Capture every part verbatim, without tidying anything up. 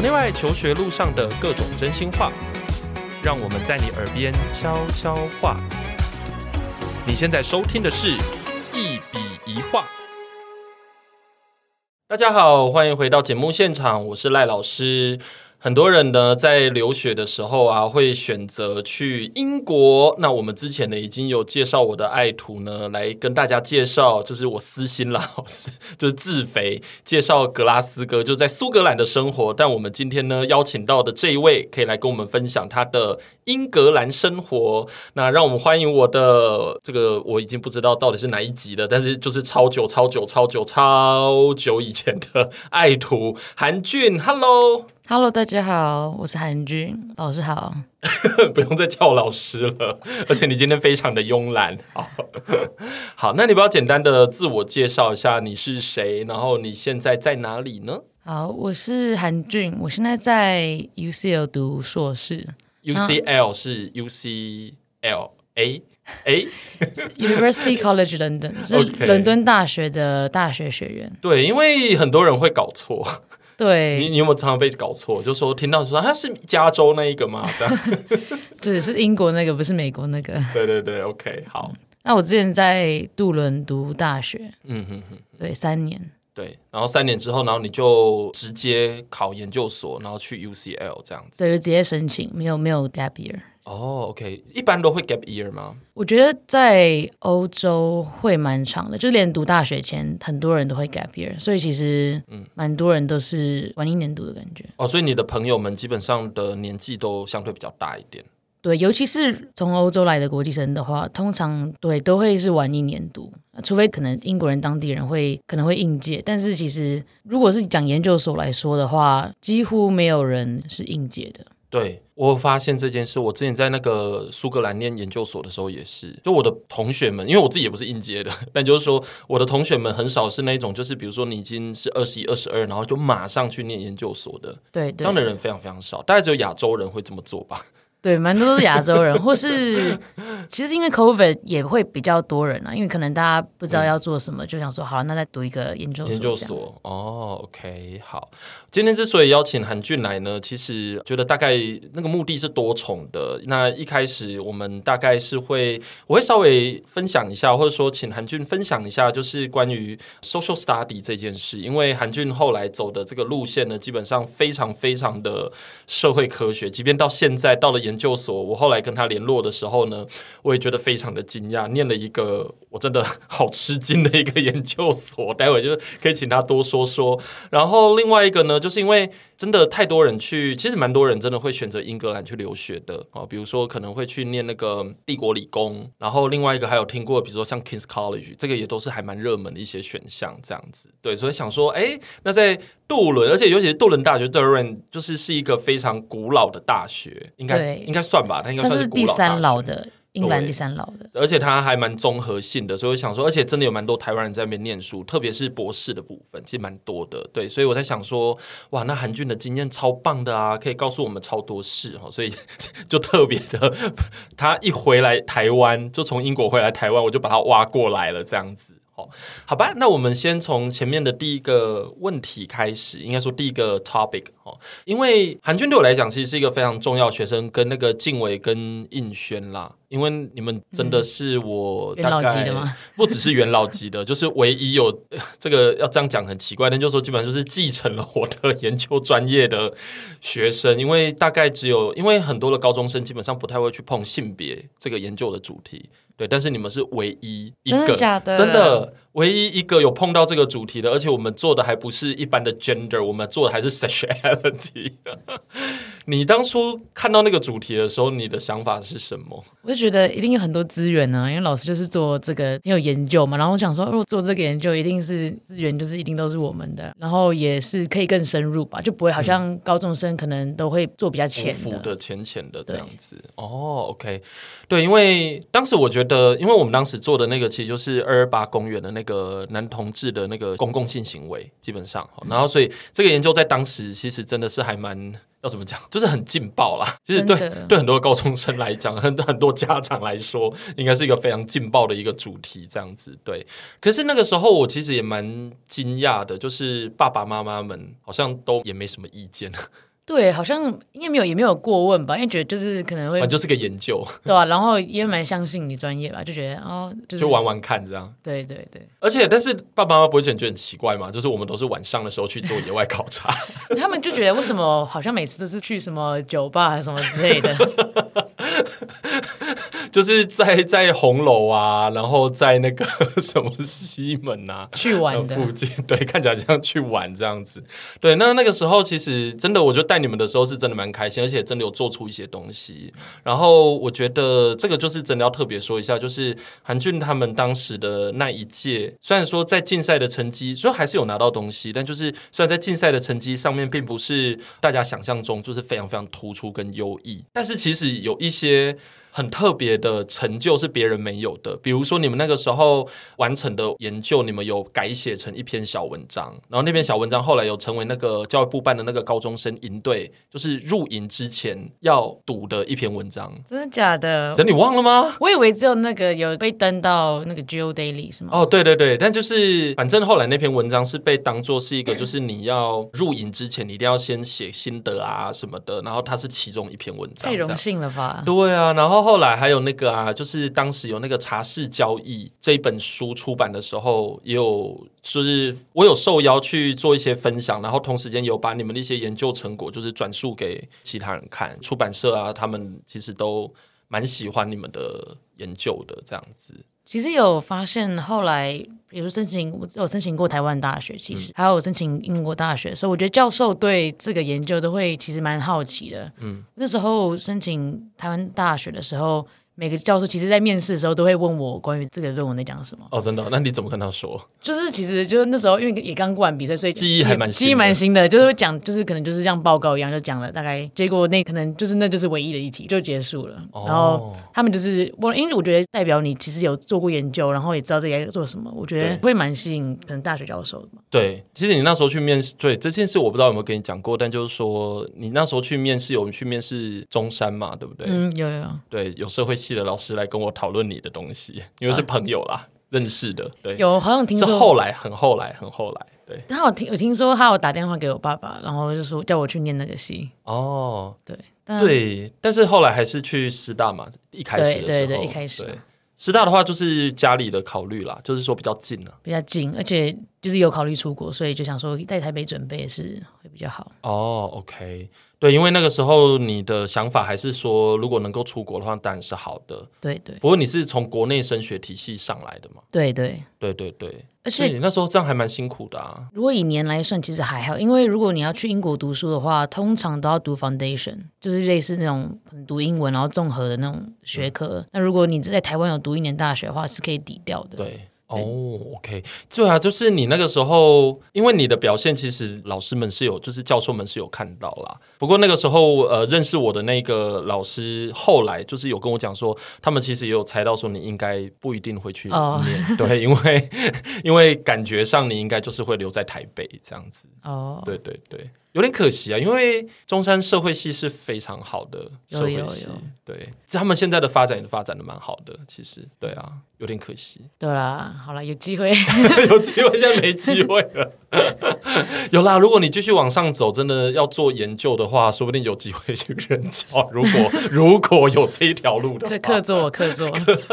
内外求学路上的各种真心话，让我们在你耳边悄悄话。你现在收听的是一笔一画。大家好，欢迎回到节目现场，我是赖老师。很多人呢在留学的时候啊，会选择去英国。那我们之前呢已经有介绍我的爱徒呢，来跟大家介绍，就是我私心啦，就是自肥，介绍格拉斯哥，就在苏格兰的生活。但我们今天呢邀请到的这一位，可以来跟我们分享他的英格兰生活。那让我们欢迎我的这个，我已经不知道到底是哪一集了，但是就是超久超久超久超久以前的爱徒韩俊。 Hello Hello， 大家好，我是韩俊，老师好。 不用再叫我老师了，而且你今天非常的慵懒。好，好，那你不要简单的自我介绍一下你是谁，然后你现在在哪里呢？ 好，我是韩俊，我现在在 U C L 读硕士。 U C L 是 U C L A A University College London 是伦敦大学的大学学院。 对，因为很多人会搞错。 对， 你, 你有没有常常被搞错？就说听到说他是加州那一个吗？这样只是英国那个，不是美国那个。 对对对 ，OK， 好。 那我之前在杜伦读大学，嗯哼哼，对，三年。 对，然后三年之后，然后你就直接考研究所，然后去 U C L 这样子。 对，就直接申请，没有没有 gap year。 哦 ，OK， 一般都会 gap year 吗？ 我觉得在欧洲会蛮长的，就连读大学前很多人都会 gap year， 所以其实蛮多人都是晚一年读的感觉。 哦，所以你的朋友们基本上的年纪都相对比较大一点。 对，尤其是从欧洲来的国际生的话，通常对都会是晚一年读，除非可能英国人当地人会可能会应届，但是其实如果是讲研究所来说的话，几乎没有人是应届的。 对，我发现这件事，我之前在那个苏格兰念研究所的时候也是，就我的同学们，因为我自己也不是应届的，但就是说我的同学们很少是那种，就是比如说你已经是二十一、二十二，然后就马上去念研究所的， 对， 这样的人非常非常少，大概只有亚洲人会这么做吧。 对，蛮多都是亚洲人，或是其实因为 COVID 也会比较多人啊，因为可能大家不知道要做什么，嗯、就想说好，那再读一个研究所。 研究所哦 ，OK， 好。今天之所以邀请韩俊来呢，其实觉得大概那个目的是多重的。那一开始我们大概是会，我会稍微分享一下，或者说请韩俊分享一下，就是关于 social study 这件事。因为韩俊后来走的这个路线呢，基本上非常非常的社会科学，即便到现在到了研究所，研究所，我后来跟他联络的时候呢，我也觉得非常的惊讶，念了一个我真的好吃惊的一个研究所，待会就可以请他多说说。然后另外一个呢，就是因为真的太多人去，其实蛮多人真的会选择英格兰去留学的、哦、比如说可能会去念那个帝国理工，然后另外一个还有听过，比如说像 King's College， 这个也都是还蛮热门的一些选项，这样子。对，所以想说，哎，那在杜伦，而且尤其是杜伦大学 Durham 就是是一个非常古老的大学，应该应该算吧，它应该算是古老大学， 算是第三老的。英格兰第三老的， 而且它还蛮综合性的，所以我想说，而且真的有蛮多台湾人在那边念书，特别是博士的部分，其实蛮多的。对，所以我在想说，哇，那韩俊的经验超棒的啊，可以告诉我们超多事，所以就特别的，他一回来台湾，就从英国回来台湾，我就把他挖过来了，这样子。好吧，那我们先从前面的第一个问题开始，应该说第一个 topic。因为韩俊对我来讲其实是一个非常重要的学生，跟那个静伟跟应轩啦，因为你们真的是我大概不只是元老级的，就是唯一有这个要这样讲很奇怪，但就是说基本上就是继承了我的研究专业的学生，因为大概只有因为很多的高中生基本上不太会去碰性别这个研究的主题。对，但是你们是唯一一个， 真的假的？ 真的唯一一个有碰到这个主题的，而且我们做的还不是一般的 gender， 我们做的还是 sexuality。你当初看到那个主题的时候，你的想法是什么？ 我就觉得一定有很多资源呢、啊，因为老师就是做这个很有研究嘛，然后我想说，如果做这个研究，一定是资源就是一定都是我们的，然后也是可以更深入吧，就不会好像高中生可能都会做比较浅的、 浮的、浅浅的这样子。哦 ，OK， 对，因为当时我觉得，因为我们当时做的那个其实就是二二八公园的那个男同志的那个公共性行为，基本上，然后所以这个研究在当时其实真的是还蛮。要怎么讲，就是很劲爆啦。其实对对很多高中生来讲，很很多家长来说，应该是一个非常劲爆的一个主题，这样子。对，可是那个时候我其实也蛮惊讶的，就是爸爸妈妈们好像都也没什么意见。 对，好像应该没有，也没有过问吧，因为觉得就是可能会， 啊，就是个研究， 对啊，然后也蛮相信你专业吧，就觉得哦，就是就玩玩看这样。 对对对， 而且，但是爸爸妈妈不会觉得很奇怪嘛？就是我们都是晚上的时候去做野外考察， 他们就觉得为什么好像每次都是去什么酒吧什么之类的。 就是在在红楼啊，然后在那个什么西门啊去玩的附近，对，看起来像去玩这样子。对，那那个时候其实真的，我觉得带你们的时候是真的蛮开心，而且真的有做出一些东西。然后我觉得这个就是真的要特别说一下，就是韩俊他们当时的那一届，虽然说在竞赛的成绩，说还是有拿到东西，但就是虽然在竞赛的成绩上面并不是大家想象中就是非常非常突出跟优异，但是其实有一些很特别的成就是别人没有的，比如说你们那个时候完成的研究，你们有改写成一篇小文章，然后那篇小文章后来有成为那个教育部办的那个高中生营队，就是入营之前要读的一篇文章。 真的假的？ 等你忘了吗？ 我以为只有那个有被登到那个 Geo Daily 是吗？ 哦，对对对，但就是反正后来那篇文章是被当作是一个，就是你要入营之前，你一定要先写心得啊什么的，然后它是其中一篇文章。 太荣幸了吧？ 对啊，然后后来还有那个啊，就是当时有那个茶室交易这一本书出版的时候，也有就是我有受邀去做一些分享，然后同时间有把你们的一些研究成果就是转述给其他人看，出版社啊他们其实都蛮喜欢你们的研究的这样子。 其实有发现，后来比如申请，我有申请过台湾大学，其实、嗯、还有申请英国大学，所以我觉得教授对这个研究都会其实蛮好奇的。嗯，那时候申请台湾大学的时候，每个教授其实在面试的时候都会问我关于这个论文在讲什么。 哦，真的、哦？那你怎么跟他说？ 就是其实就是那时候因为也刚过完比赛，所以记忆还蛮记忆蛮新的，就是会讲，就是可能就是像报告一样，就讲了大概，结果那可能就是那就是唯一的一题就结束了。哦、然后他们就是我，因为我觉得代表你其实有做过研究，然后也知道自己在做什么，我觉得会蛮吸引可能大学教授的嘛。 对，其实你那时候去面试，对这件事我不知道有没有跟你讲过，但就是说你那时候去面试，有去面试中山嘛，对不对？ 嗯，有有。 对，有社会系的老师来跟我讨论你的东西，因为是朋友啦。啊认识的，对， 有好像听说是后来，很后来，很后来，对。 他有听，有听说他有打电话给我爸爸，然后就说叫我去念那个系。 哦， 对， 但对，但是后来还是去师大嘛，一开始的时候， 对对对，一开始。 对，师大的话就是家里的考虑啦，就是说比较近了、啊， 比较近，而且就是有考虑出国，所以就想说在台北准备是会比较好。 哦 ，OK。对，因为那个时候你的想法还是说，如果能够出国的话，当然是好的。 对对。 不过你是从国内升学体系上来的嘛？ 对对对对对。 而且你那时候这样还蛮辛苦的啊。 如果以年来算，其实还好，因为如果你要去英国读书的话，通常都要读 foundation， 就是类似那种读英文然后综合的那种学科。嗯、那如果你在台湾有读一年大学的话，是可以抵掉的。 对。哦、oh, ，OK， 对啊，就是你那个时候，因为你的表现，其实老师们是有，就是教授们是有看到啦。不过那个时候，呃，认识我的那个老师，后来就是有跟我讲说，他们其实也有猜到说你应该不一定会去念， oh. 对，因为因为感觉上你应该就是会留在台北这样子。哦， oh. 对对对。有点可惜啊，因为中山社会系是非常好的社会系，有有有对，他们现在的发展也发展的蛮好的，其实对啊，有点可惜。 对啦，好啦，有机会， 有机会，现在没机会了。有啦，如果你继续往上走，真的要做研究的话，说不定有机会去任教。如果如果有这一条路的话， 客座客座。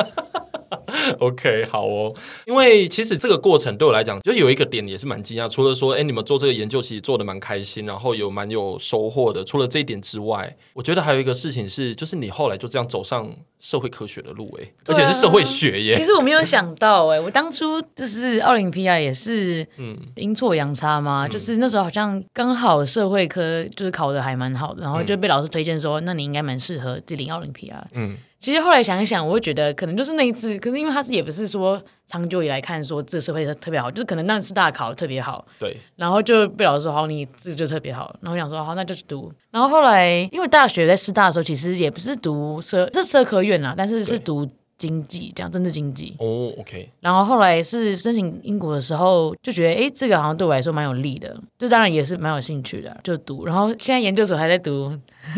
OK， 好哦。因为其实这个过程对我来讲，就有一个点也是蛮惊讶。除了说，哎，你们做这个研究其实做的蛮开心，然后有蛮有收获的。除了这一点之外，我觉得还有一个事情是，就是你后来就这样走上社会科学的路，哎、啊，而且是社会学耶。 其实我没有想到，哎，我当初就是奥林匹亚也是，嗯，阴错阳差嘛、嗯，就是那时候好像刚好社会科就是考的还蛮好的，然后就被老师推荐说，嗯、那你应该蛮适合去领奥林匹亚，嗯。其实后来想一想，我会觉得可能就是那一次，可是因为他是也不是说长久以来看说这社会特别好，就是可能那次大考特别好， 对，然后就被老师说好，你这就特别好，然后我想说好，那就去读。然后后来因为大学在师大的时候，其实也不是读社，是社科院啦，但是是读经济，这样政治经济。 哦、oh, ，OK。 然后后来是申请英国的时候，就觉得哎，这个好像对我来说蛮有利的，这当然也是蛮有兴趣的，就读。然后现在研究所还在读。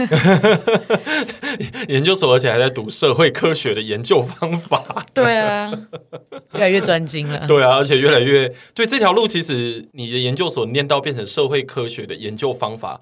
研究所，而且还在读社会科学的研究方法。 对啊，越来越专精了。 对啊，而且越来越对这条路，其实你的研究所念到变成社会科学的研究方法，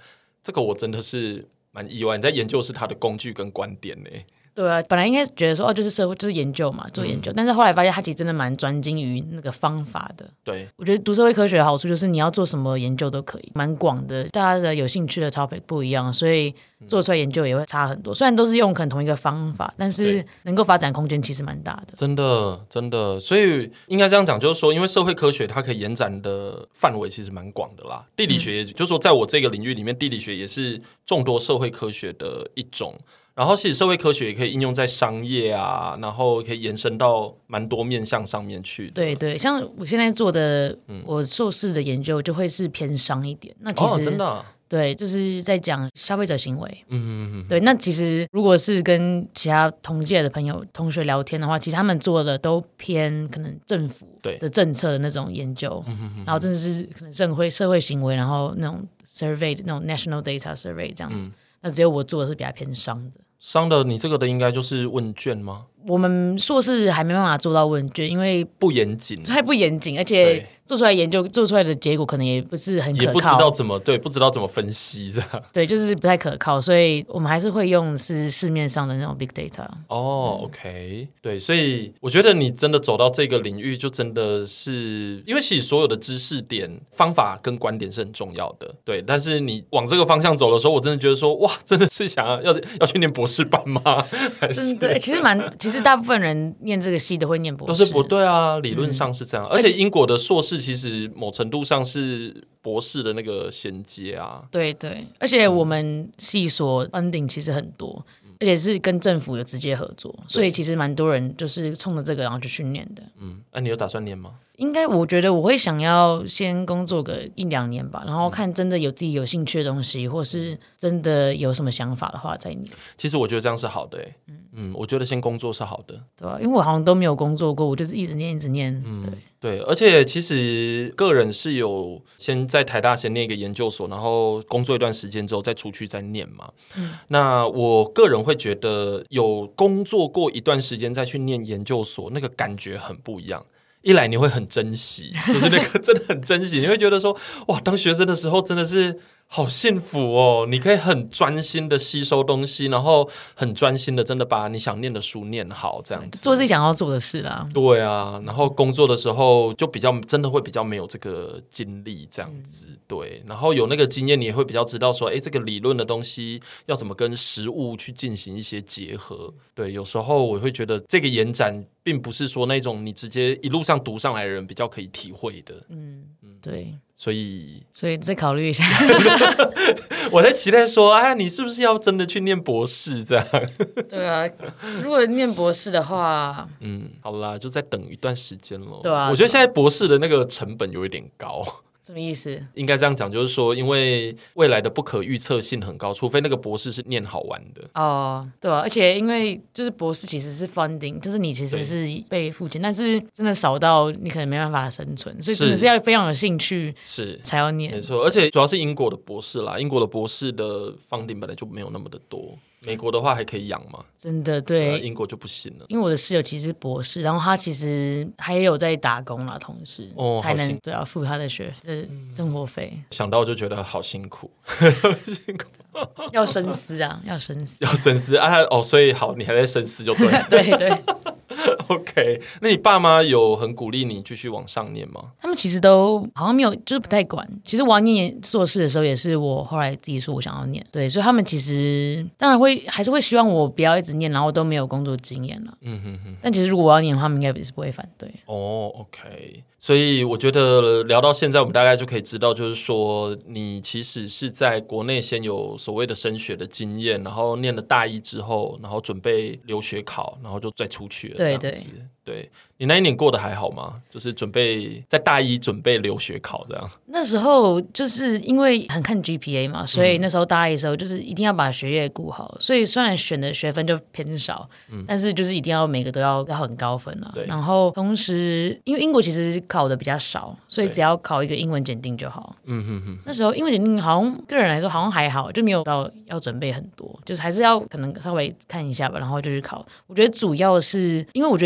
这个我真的是蛮意外，你在研究是他的工具跟观点呢。 对啊，本来应该觉得说哦，就是社会就是研究嘛，做研究，嗯、但是后来发现他其实真的蛮专精于那个方法的。 对， 我觉得读社会科学的好处就是你要做什么研究都可以，蛮广的，大家的有兴趣的 topic 不一样，所以做出来研究也会差很多。虽然都是用可能同一个方法，但是能够发展空间其实蛮大的。 真的，真的，所以应该这样讲，就是说，因为社会科学它可以延展的范围其实蛮广的啦。地理学，嗯、就是说，在我这个领域里面，地理学也是众多社会科学的一种。然后其实社会科学也可以应用在商业啊，然后可以延伸到蛮多面向上面去的。 对对，像我现在做的，嗯、我硕士的研究就会是偏商一点。那其实、 哦、真的、啊。 对，就是在讲消费者行为。 嗯嗯嗯。 对，那其实如果是跟其他同届的朋友、同学聊天的话，其实他们做的都偏可能政府的政策的那种研究，然后真的是可能社会社会行为，然后那种 survey 的那种 national data survey 这样子。嗯、那只有我做的是比较偏商的。 商的，你这个的应该就是问卷吗？ 我们硕士还没办法做到问卷，因为不严谨， 太不严谨，而且做出来研究做出来的结果可能也不是很可靠， 也不知道怎么对，不知道怎么分析这样。 对，就是不太可靠，所以我们还是会用是市面上的那种 big data。 哦、嗯、，OK， 对，所以我觉得你真的走到这个领域，就真的是因为其实所有的知识点、方法跟观点是很重要的，对。但是你往这个方向走的时候，我真的觉得说，哇，真的是想要要要去念博士班吗？还是对，其实蛮其实。其实大部分人念这个系都会念博士， 都是不对啊，理论上是这样、嗯、而且英国的硕士其实某程度上是博士的那个衔接啊。 对对，而且我们系所 funding 其实很多、嗯、而且是跟政府有直接合作，所以其实蛮多人就是冲着这个然后去训练的。 嗯，那、啊、你有打算念吗？ 应该我觉得我会想要先工作个一两年吧，然后看真的有自己有兴趣的东西，或是真的有什么想法的话再念。 其实我觉得这样是好的、欸、嗯, 嗯我觉得先工作是好的， 对吧、啊？因为我好像都没有工作过，我就是一直念一直念。嗯， 对对，而且其实个人是有先在台大先念一个研究所，然后工作一段时间之后再出去再念嘛。嗯，那我个人会觉得有工作过一段时间再去念研究所，那个感觉很不一样。一来你会很珍惜，就是那个真的很珍惜，你会觉得说，哇，当学生的时候真的是好幸福哦！你可以很专心的吸收东西，然后很专心的真的把你想念的书念好，这样子做自己想要做的事啦。 对啊，然后工作的时候就比较真的会比较没有这个精力这样子，嗯、对。然后有那个经验，你也会比较知道说，哎，这个理论的东西要怎么跟实务去进行一些结合。对，有时候我会觉得这个延展并不是说那种你直接一路上读上来的人比较可以体会的。嗯嗯， 对。 所以， 所以再考虑一下。 我在期待说，哎，你是不是要真的去念博士这样？ 对啊，如果念博士的话， 嗯，好啦，就再等一段时间咯。 对啊， 我觉得现在博士的那个成本有一点高。 什么意思？ 应该这样讲，就是说，因为未来的不可预测性很高，除非那个博士是念好玩的。 哦，对啊，而且因为就是博士其实是 funding， 就是你其实是被付钱，但是真的少到你可能没办法生存，所以真的是要非常有兴趣是才要念。 没错，而且主要是英国的博士啦，英国的博士的 funding 本来就没有那么的多。美国的话还可以养嘛？真的 对,、呃、 英国就不行了。 因为我的室友其实是博士，然后他其实还有在打工啦，同时、哦、才能对啊付他的学的生活费、嗯。 想到就觉得好辛苦，辛苦要深思啊，要深思， 要深思啊！哦，所以好，你还在深思就对了， 对对。 OK， 那你爸妈有很鼓励你继续往上念吗？ 他们其实都好像没有，就是不太管。其实我要念硕士的时候，也是我后来自己说我想要念，对，所以他们其实当然会还是会希望我不要一直念，然后都没有工作经验了。嗯哼哼。但其实如果我要念，他们应该也是不会反对。 哦 ，OK。所以我觉得聊到现在，我们大概就可以知道，就是说你其实是在国内先有所谓的升学的经验，然后念了大一之后，然后准备留学考，然后就再出去了这样子。对对对，你那一年过得还好吗？就是准备在大一准备留学考这样。 那时候就是因为很看 G P A 嘛，所以那时候大一的时候就是一定要把学业顾好，所以虽然选的学分就偏少，嗯、但是就是一定要每个都要要很高分啊。然后同时因为英国其实考的比较少，所以只要考一个英文检定就好。嗯哼哼。那时候英文检定好像个人来说好像还好，就没有到要准备很多，就是还是要可能稍微看一下吧，然后就去考。我觉得主要是因为我觉得英国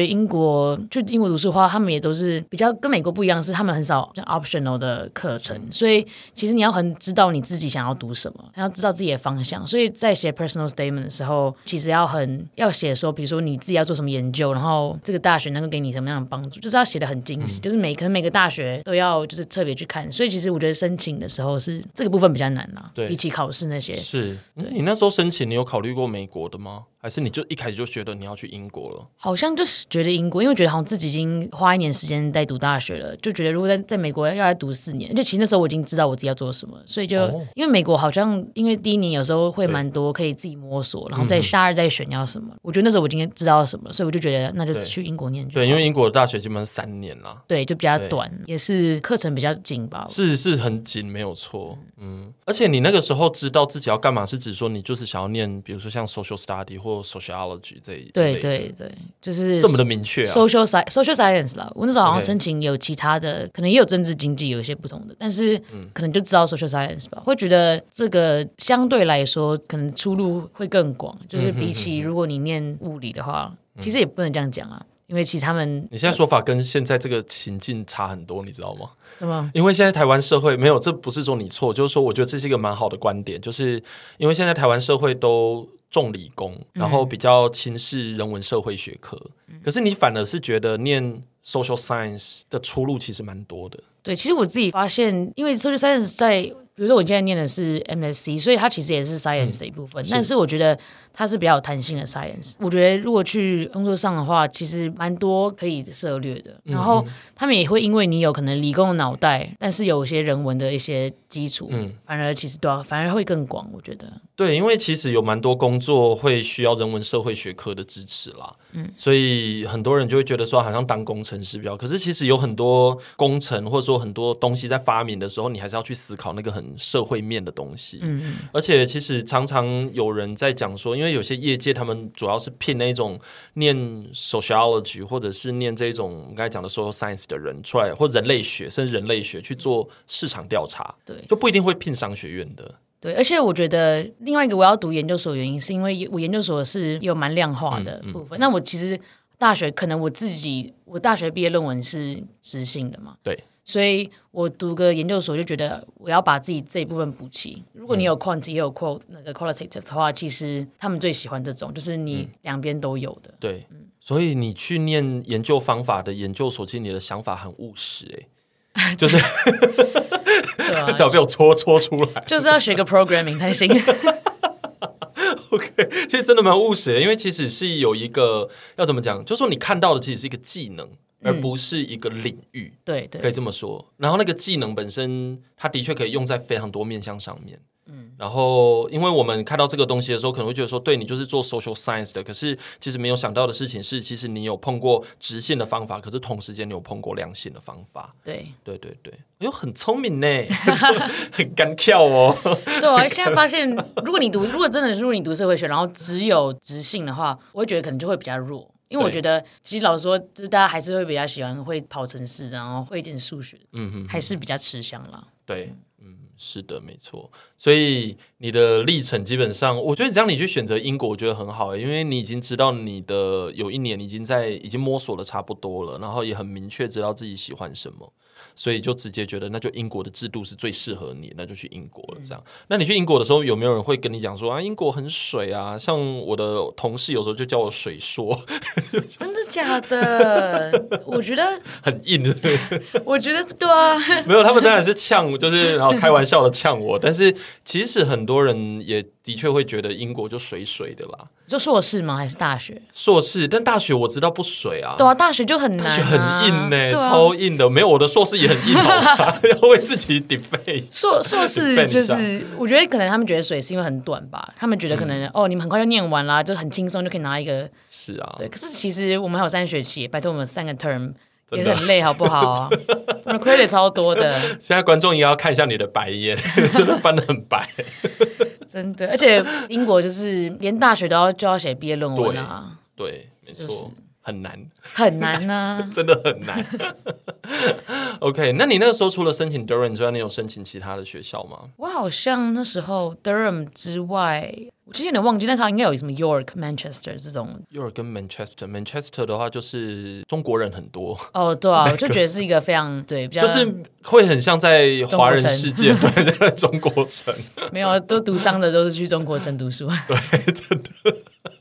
我去英国读书的话，他们也都是比较跟美国不一样，是他们很少像 optional 的课程，所以其实你要很知道你自己想要读什么，要知道自己的方向。所以在写 personal statement 的时候，其实要很要写说，比如说你自己要做什么研究，然后这个大学能够给你什么样的帮助，就是要写得很精细，嗯、就是每可能每个大学都要就是特别去看。所以其实我觉得申请的时候是这个部分比较难啦，比起考试那些。 是，你那时候申请，你有考虑过美国的吗？还是你就一开始就觉得你要去英国了？ 好像就是觉得英国，因为觉得好像自己已经花一年时间在读大学了，就觉得如果在在美国要来读四年，而且其实那时候我已经知道我自己要做什么，所以就、哦、因为美国好像因为第一年有时候会蛮多可以自己摸索，然后在大二再选要什么、嗯，我觉得那时候我已经知道什么，所以我就觉得那就去英国念就好。 对，因为英国的大学基本上三年啦， 对，就比较短，也是课程比较紧吧， 是是很紧，没有错，嗯。而且你那个时候知道自己要干嘛，是指说你就是想要念，比如说像 social study 或 sociology。 对对对，就是这么的明确啊 social science social science 啦。我那时候好像申请有其他的， okay. 可能也有政治经济有一些不同的，但是可能就知道 social science 吧。会觉得这个相对来说可能出路会更广，就是比起如果你念物理的话，嗯、其实也不能这样讲啊。因为其实他们， 你现在说法跟现在这个情境差很多，你知道吗？ 是吗？ 因为现在台湾社会没有，这不是说你错，就是说我觉得这是一个蛮好的观点，就是因为现在台湾社会都重理工，然后比较轻视人文社会学科、嗯、可是你反而是觉得念 social science 的出路其实蛮多的。 对，其实我自己发现，因为 social science 在比如说我现在念的是 M S C， 所以它其实也是 science 的一部分、嗯、是但是我觉得它是比较有弹性的 science。 我觉得如果去工作上的话，其实蛮多可以涉略的，然后他们也会因为你有可能理工的脑袋，但是有一些人文的一些基础、嗯、反而其实对、啊、反而会更广，我觉得。 对，因为其实有蛮多工作会需要人文社会学科的支持啦，嗯，所以很多人就会觉得说好像当工程师比较，可是其实有很多工程或者说很多东西在发明的时候，你还是要去思考那个很社会面的东西。嗯，而且其实常常有人在讲说，因为有些业界他们主要是聘那种念 sociology 或者是念这种我刚才讲的 social science 的人出来，或人类学甚至人类学去做市场调查，对，就不一定会聘商学院的。 对，而且我觉得另外一个我要读研究所的原因，是因为我研究所是有蛮量化的部分。嗯嗯、那我其实大学可能我自己，我大学毕业论文是质性的嘛， 对， 所以我读个研究所就觉得我要把自己这一部分补齐。如果你有 quant 也有 qual 那个 qualitative 的话，其实他们最喜欢这种，就是你两边都有的。 嗯、对、嗯，所以你去念研究方法的研究所，其实你的想法很务实哎、欸，就是。对啊，只要被我戳戳出来， 就是要学个 programming 才行。 OK， 其实真的蛮务实的，因为其实是有一个要怎么讲，就是说你看到的其实是一个技能，而不是一个领域。嗯、对对，可以这么说。然后那个技能本身，它的确可以用在非常多面向上面。嗯，然后因为我们看到这个东西的时候，可能会觉得说，对，你就是做 social science 的，可是其实没有想到的事情是，其实你有碰过直线的方法，可是同时间你有碰过量性的方法。 对对对对，哎呦，很聪明呢，很干跳哦。 对啊，现在发现，如果你读，如果真的如果你读社会学，然后只有直性的话，我会觉得可能就会比较弱。因为我觉得，其实老实说，就是大家还是会比较喜欢会跑程式，然后会一点数学，嗯哼，还是比较吃香啦。 对。是的，没错。所以你的历程基本上，我觉得这样你去选择英国，我觉得很好，因为你已经知道你的有一年已经在已经摸索的差不多了，然后也很明确知道自己喜欢什么，所以就直接觉得那就英国的制度是最适合你，那就去英国了。这样，嗯、那你去英国的时候，有没有人会跟你讲说啊，英国很水啊？像我的同事有时候就叫我水硕， 真的假的？我觉得很硬。 我觉得对啊， 没有，他们当然是呛，就是然后开玩笑的呛我，但是其实很多人也的确会觉得英国就水水的啦。 就硕士吗？还是大学？ 硕士，但大学我知道不水啊。 对啊，大学就很难、啊， 大学很硬呢、欸啊，超硬的。没有，我的硕士也很硬，好吧？要为自己 defend。 硕硕士就是，我觉得可能他们觉得水是因为很短吧，他们觉得可能、嗯、哦，你们很快就念完啦，就很轻松就可以拿一个。 是啊， 对。可是其实我们还有三学期，拜托我们三个 term。也很累好不好啊？我们 credit 超多的。 现在观众也要看一下你的白眼，真的翻得很白。 真的，而且英国就是连大学都要就要写毕业论文啊。 对，对没错、就是，很难， 很难啊， 真的很难。OK， 那你那个时候除了申请 Durham 之外，你有申请其他的学校吗？ 我好像那时候 Durham 之外。 我其实有点忘记，但是它应该有什么 York、Manchester 这种。 York 跟 Manchester，Manchester 的话就是中国人很多。 哦，对啊，我就觉得是一个非常对，比较就是会很像在华人世界，对，在中国城。 没有，都读商的都是去中国城读书。 对，真的。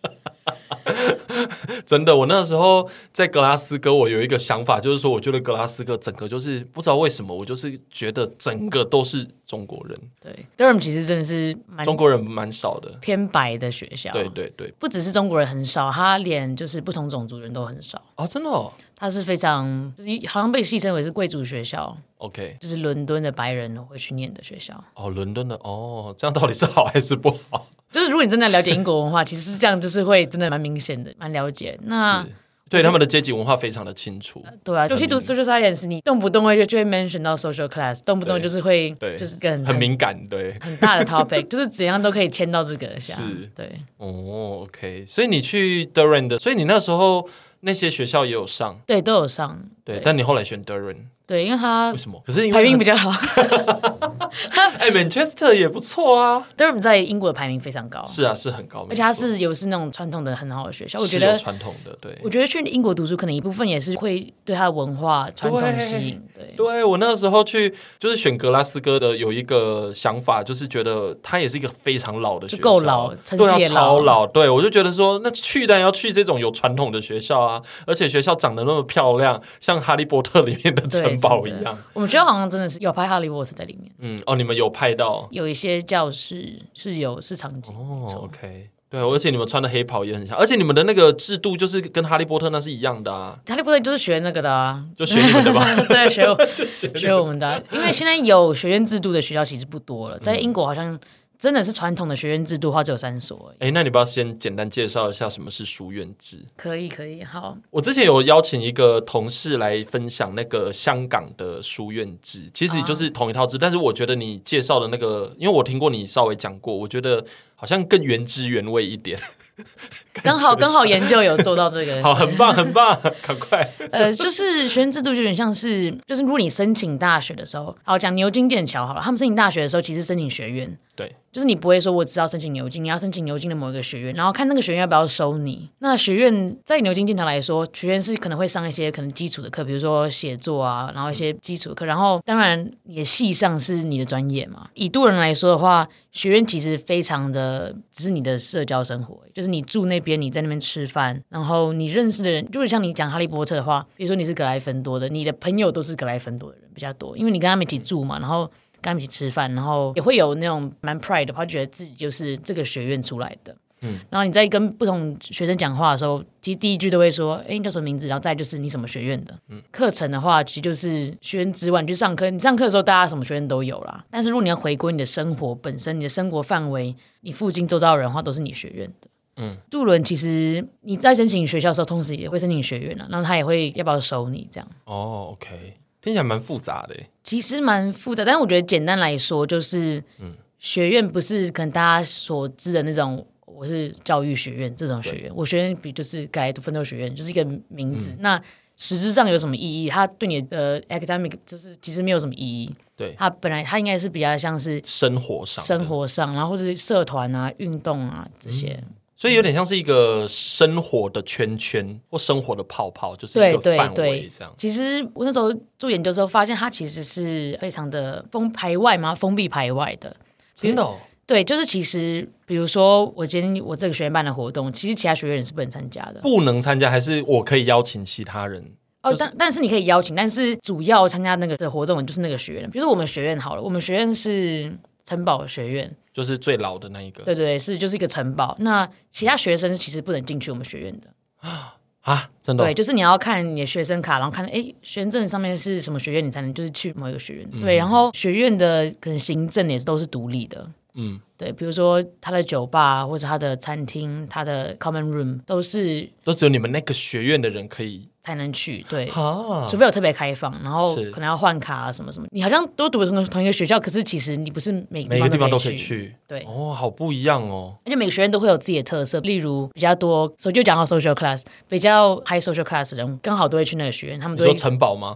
真的，我那时候在格拉斯哥，我有一个想法，就是说，我觉得格拉斯哥整个就是不知道为什么，我就是觉得整个都是中国人。 对 ，Durham 其实真的是蛮中国人蛮少的， 偏白的学校。 对对对， 不只是中国人很少，他连就是不同种族人都很少。 哦，真的哦。 它是非常，就是好像被戏称为是贵族学校 ，OK， 就是伦敦的白人会去念的学校。 哦，伦敦的哦，这样到底是好还是不好？ 就是如果你真的了解英国文化，其实是这样，就是会真的蛮明显的，蛮了解。那对他们的阶级文化非常的清楚。 对啊，尤其读 social science， 你动不动会就会 mention 到 social class， 动不动就是会就是跟很敏感，对， 很大的 topic， 就是怎样都可以牵到这个下。 是， 对。 哦 ，OK， 所以你去 Durham 的，所以你那时候那些学校也有上， 对，都有上。 对，但你后来选 Durham。 对，因为他为什么？可是因为排名比较好。 哎，Manchester 也不错啊。 Durham 在英国的排名非常高， 是啊，是很高， 而且它是有是那种传统的很好的学校。我觉得传统的，对， 我觉得去英国读书可能一部分也是会对它的文化传统吸引。对， 对我那时候去就是选格拉斯哥的，有一个想法，就是觉得它也是一个非常老的学校， 就够老，城市也老，超老。对，我就觉得说，那去当然要去这种有传统的学校啊，而且学校长得那么漂亮，像哈利波特里面的城堡一样。 我们学校好像真的是有拍哈利波特在里面。 嗯，哦，你们有拍到？ 有一些教室是有是场景。 哦 ，OK， 对，而且你们穿的黑袍也很像，而且你们的那个制度就是跟哈利波特那是一样的啊。 哈利波特就是学那个的啊， 就学你们的吧？ 对，学我就学, 学我们的、啊。因为现在有学院制度的学校其实不多了，在英国好像真的是传统的学院制度的话只有三所。 哎，那你不要先简单介绍一下什么是书院制？ 可以，可以，好。 我之前有邀请一个同事来分享那个香港的书院制，其实就是同一套制，啊、但是我觉得你介绍的那个，因为我听过你稍微讲过，我觉得好像更原汁原味一点。 刚好刚好研究有做到这个， 好，很棒很棒，赶快。 呃，就是学院制度就有点像是，就是如果你申请大学的时候，好讲牛津、剑桥好了，他们申请大学的时候其实申请学院， 对， 就是你不会说我只要申请牛津，你要申请牛津的某一个学院，然后看那个学院要不要收你。那学院在牛津、剑桥来说，学院是可能会上一些可能基础的课，比如说写作啊，然后一些基础的课，然后当然你的系上是你的专业嘛。以杜人来说的话，学院其实非常的只是你的社交生活，就是你住那边，你在那边吃饭，然后你认识的人，就是像你讲哈利波特的话，比如说你是格莱芬多的，你的朋友都是格莱芬多的人比较多，因为你跟他们一起住嘛，然后跟他们一起吃饭，然后也会有那种蛮 pride 的话，觉得自己就是这个学院出来的。嗯，然后你在跟不同学生讲话的时候，其实第一句都会说，哎，你叫什么名字？然后再就是你什么学院的。嗯，课程的话，其实就是学院之外，你去上课。你上课的时候，大家什么学院都有啦。但是如果你要回归你的生活本身，你的生活范围，你附近周遭的人的话，都是你学院的。嗯，杜伦其实你在申请学校的时候，同时也会申请学院了，然后他也会要不要收你这样。 哦 ，OK， 听起来蛮复杂的。 其实蛮复杂，但是我觉得简单来说，就是嗯，学院不是可能大家所知的那种。我是教育学院这种学院，我学院比就是格莱芬多学院，就是一个名字。嗯、那实质上有什么意义？它对你的 academic 就是其实没有什么意义。 对， 它本来它应该是比较像是生活上、 生活上，然后或是社团啊、运动啊这些。嗯、 所以有点像是一个生活的圈圈或生活的泡泡，就是一个范围这样。 其实我那时候做研究的时候，发现它其实是非常的封排外嘛，封闭排外的。 真的、哦。 对，就是其实，比如说我今天我这个学院办的活动，其实其他学院是不能参加的。 不能参加，还是我可以邀请其他人？ 哦，就是、但但是你可以邀请，但是主要参加那个的活动就是那个学院。比如说我们学院好了，我们学院是城堡学院， 就是最老的那一个。 对对，是就是一个城堡。那其他学生其实不能进去我们学院的。 啊，真的、哦？ 对，就是你要看你的学生卡，然后看哎学生证上面是什么学院，你才能就是去某一个学院。嗯、对，然后学院的可能行政也是都是独立的。嗯，对，比如说他的酒吧或者他的餐厅，他的 common room 都是都只有你们那个学院的人可以才能去，对，除非有特别开放，然后可能要换卡啊什么什么。你好像都读同同一个学校，可是其实你不是每个每个地方都可以去， 对， 哦，好不一样哦。 而且每个学院都会有自己的特色，例如比较多，所以就讲到 social class， 比较 high social class 的人刚好都会去那个学院，他们都会你说城堡吗？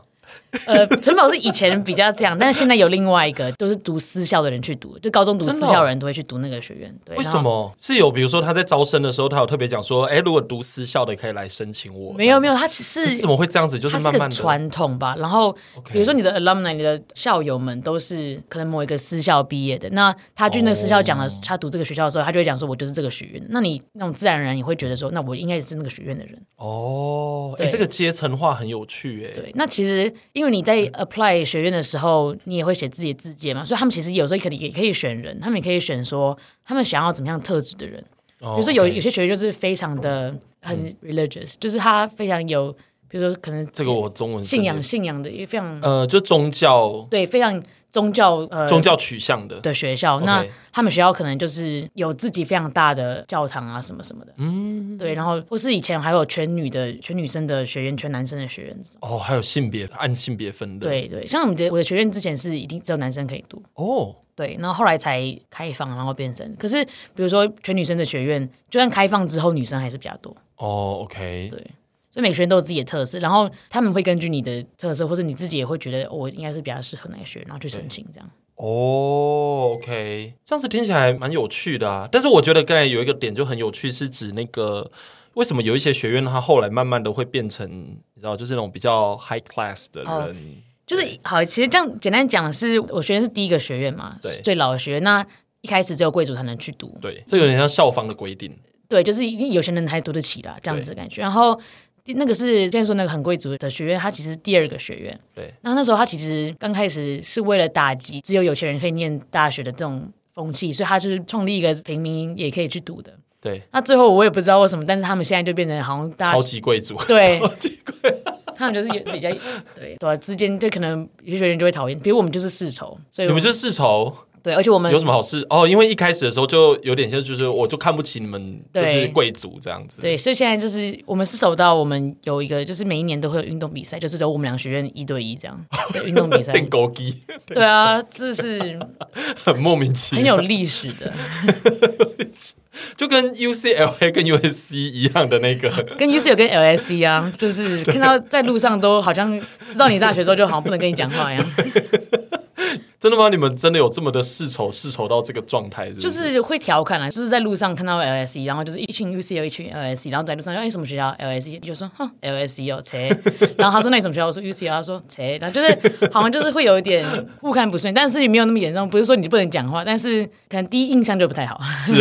呃，城堡是以前比较这样，但是现在有另外一个，都是读私校的人去读，就高中读私校的人都会去读那个学院。对， 为什么？是有比如说他在招生的时候，他有特别讲说，哎，如果读私校的可以来申请我。 没有没有，他其实怎么会这样子？就是慢慢的传统吧。然后 okay. 比如说你的 alumni， 你的校友们都是可能某一个私校毕业的，那他去那个私校讲了，他读这个学校的时候，他就会讲说，我就是这个学院。那你那种自然而然你会觉得说，那我应该也是那个学院的人。 哦，哎，这个阶层化很有趣哎。 对，那其实因为你在 apply 学院的时候，你也会写自己的自介嘛，所以他们其实有时候可以也可以选人，他们也可以选说他们想要怎么样特质的人。 哦、 比如说有、 okay. 有些学院就是非常的很 religious，、嗯、就是他非常有，比如说可能这个我中文信仰信仰的也非常呃，就宗教对非常宗教呃宗教取向的的学校， okay. 那他们学校可能就是有自己非常大的教堂啊什么什么的，嗯，对，然后或是以前还有全女的全女生的学院，全男生的学院哦，还有性别按性别分的， 对对，像我们我的学院之前是一定只有男生可以读哦。 对，然后后来才开放，然后变成。可是比如说全女生的学院，就算开放之后，女生还是比较多。 哦 ，OK， 对，所以每个学院都有自己的特色，然后他们会根据你的特色，或者你自己也会觉得、哦、我应该是比较适合哪个学院，然后去申请这样。 哦 ，OK， 这样子听起来蛮有趣的啊。但是我觉得刚才有一个点就很有趣，是指那个为什么有一些学院它后来慢慢的会变成，你知道，就是那种比较 high class 的人。哦， 就是好，其实这样简单讲的是，我学院是第一个学院嘛，对，最老的学院。那一开始只有贵族才能去读， 对，这有点像校方的规定。 对，就是有钱人才读得起啦，这样子的感觉。然后那个是现在说那个很贵族的学院，它其实是第二个学院。 对， 然后那时候它其实刚开始是为了打击只有有钱人可以念大学的这种风气，所以它就是创立一个平民也可以去读的。 对， 那最后我也不知道为什么，但是他们现在就变成好像大超级贵族， 对， 超级贵。 他们就是比较对对之间，就可能有些人就会讨厌，比如我们就是世仇，所以你们就是世仇， 对，而且我们有什么好事哦？因为一开始的时候就有点像，就是我就看不起你们，就是贵族这样子。 对，所以现在就是我们世仇到我们有一个，就是每一年都会有运动比赛，就是由我们两个学院一对一这样的运动比赛。 变勾机， 对啊，这是很莫名其妙， 很有历史的。 就跟 U C L A 跟 U S C 一样的那个， 跟 U C L A 跟 L S C 啊，就是看到在路上都好像知道你大学之后就好像不能跟你讲话一样。 真的吗？你们真的有这么的世仇世仇到这个状态？ 就是会调侃啦，就是在路上看到 L S C， 然后就是一群 U C L A 一群 L S C， 然后在路上说哎什么学校 L S C， 就说哼 L S C 哦切，然后他说那你什么学校？我说 U C L A， 他说切，然后就是好像就是会有一点互看不顺，但是也没有那么严重，不是说你不能讲话，但是可能第一印象就不太好。 是。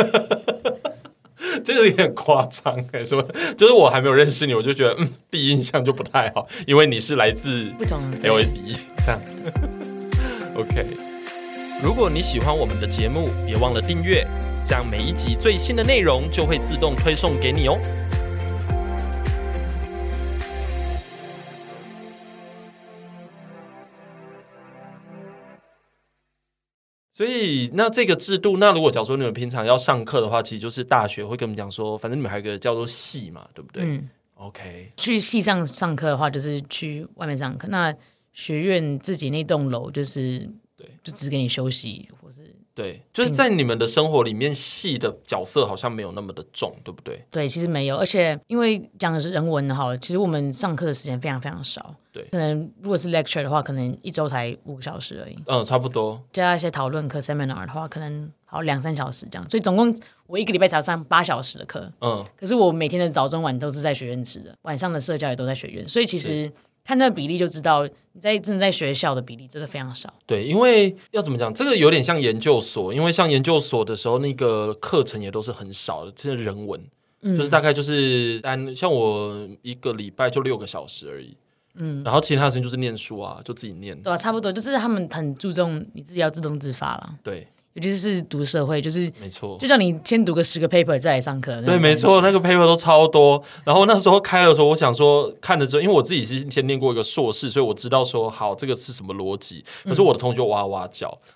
这个有点夸张哎，什么？就是我还没有认识你，我就觉得嗯，第一印象就不太好，因为你是来自 L S E 这样。OK， 如果你喜欢我们的节目，别忘了订阅，这样每一集最新的内容就会自动推送给你哦。所以，那这个制度，那如果假如说你们平常要上课的话，其实就是大学会跟我们讲说，反正你们还有一个叫做系嘛，对不对？嗯 ，OK。 去系上上课的话，就是去外面上课。那学院自己那栋楼，就是对，就只给你休息，或是对，就是在你们的生活里面，系的角色好像没有那么的重，对不对？ 对，其实没有，而且因为讲的是人文的哈，其实我们上课的时间非常非常少。对，可能如果是 lecture 的话，可能一周才五个小时而已。 嗯，差不多。 加一些讨论课 seminar 的话，可能好两三小时这样。所以总共我一个礼拜才要上八小时的课。嗯，可是我每天的早中晚都是在学院吃的，晚上的社交也都在学院，所以其实看那个比例就知道，你在真的在学校的比例真的非常少。 对，因为要怎么讲，这个有点像研究所，因为像研究所的时候，那个课程也都是很少的，这是人文，嗯、就是大概就是单像我一个礼拜就六个小时而已。嗯，然后其他的时间就是念书啊，就自己念。 对啊，差不多，就是他们很注重你自己要自动自发啦。 对。 尤其是读社会，就是没错， 就叫你先读个十个 paper 再来上课。 对，没错，那个 paper 都超多。然后那时候开的时候，我想说看了之后，因为我自己是先念过一个硕士，所以我知道说好这个是什么逻辑。可是我的同学哇哇叫，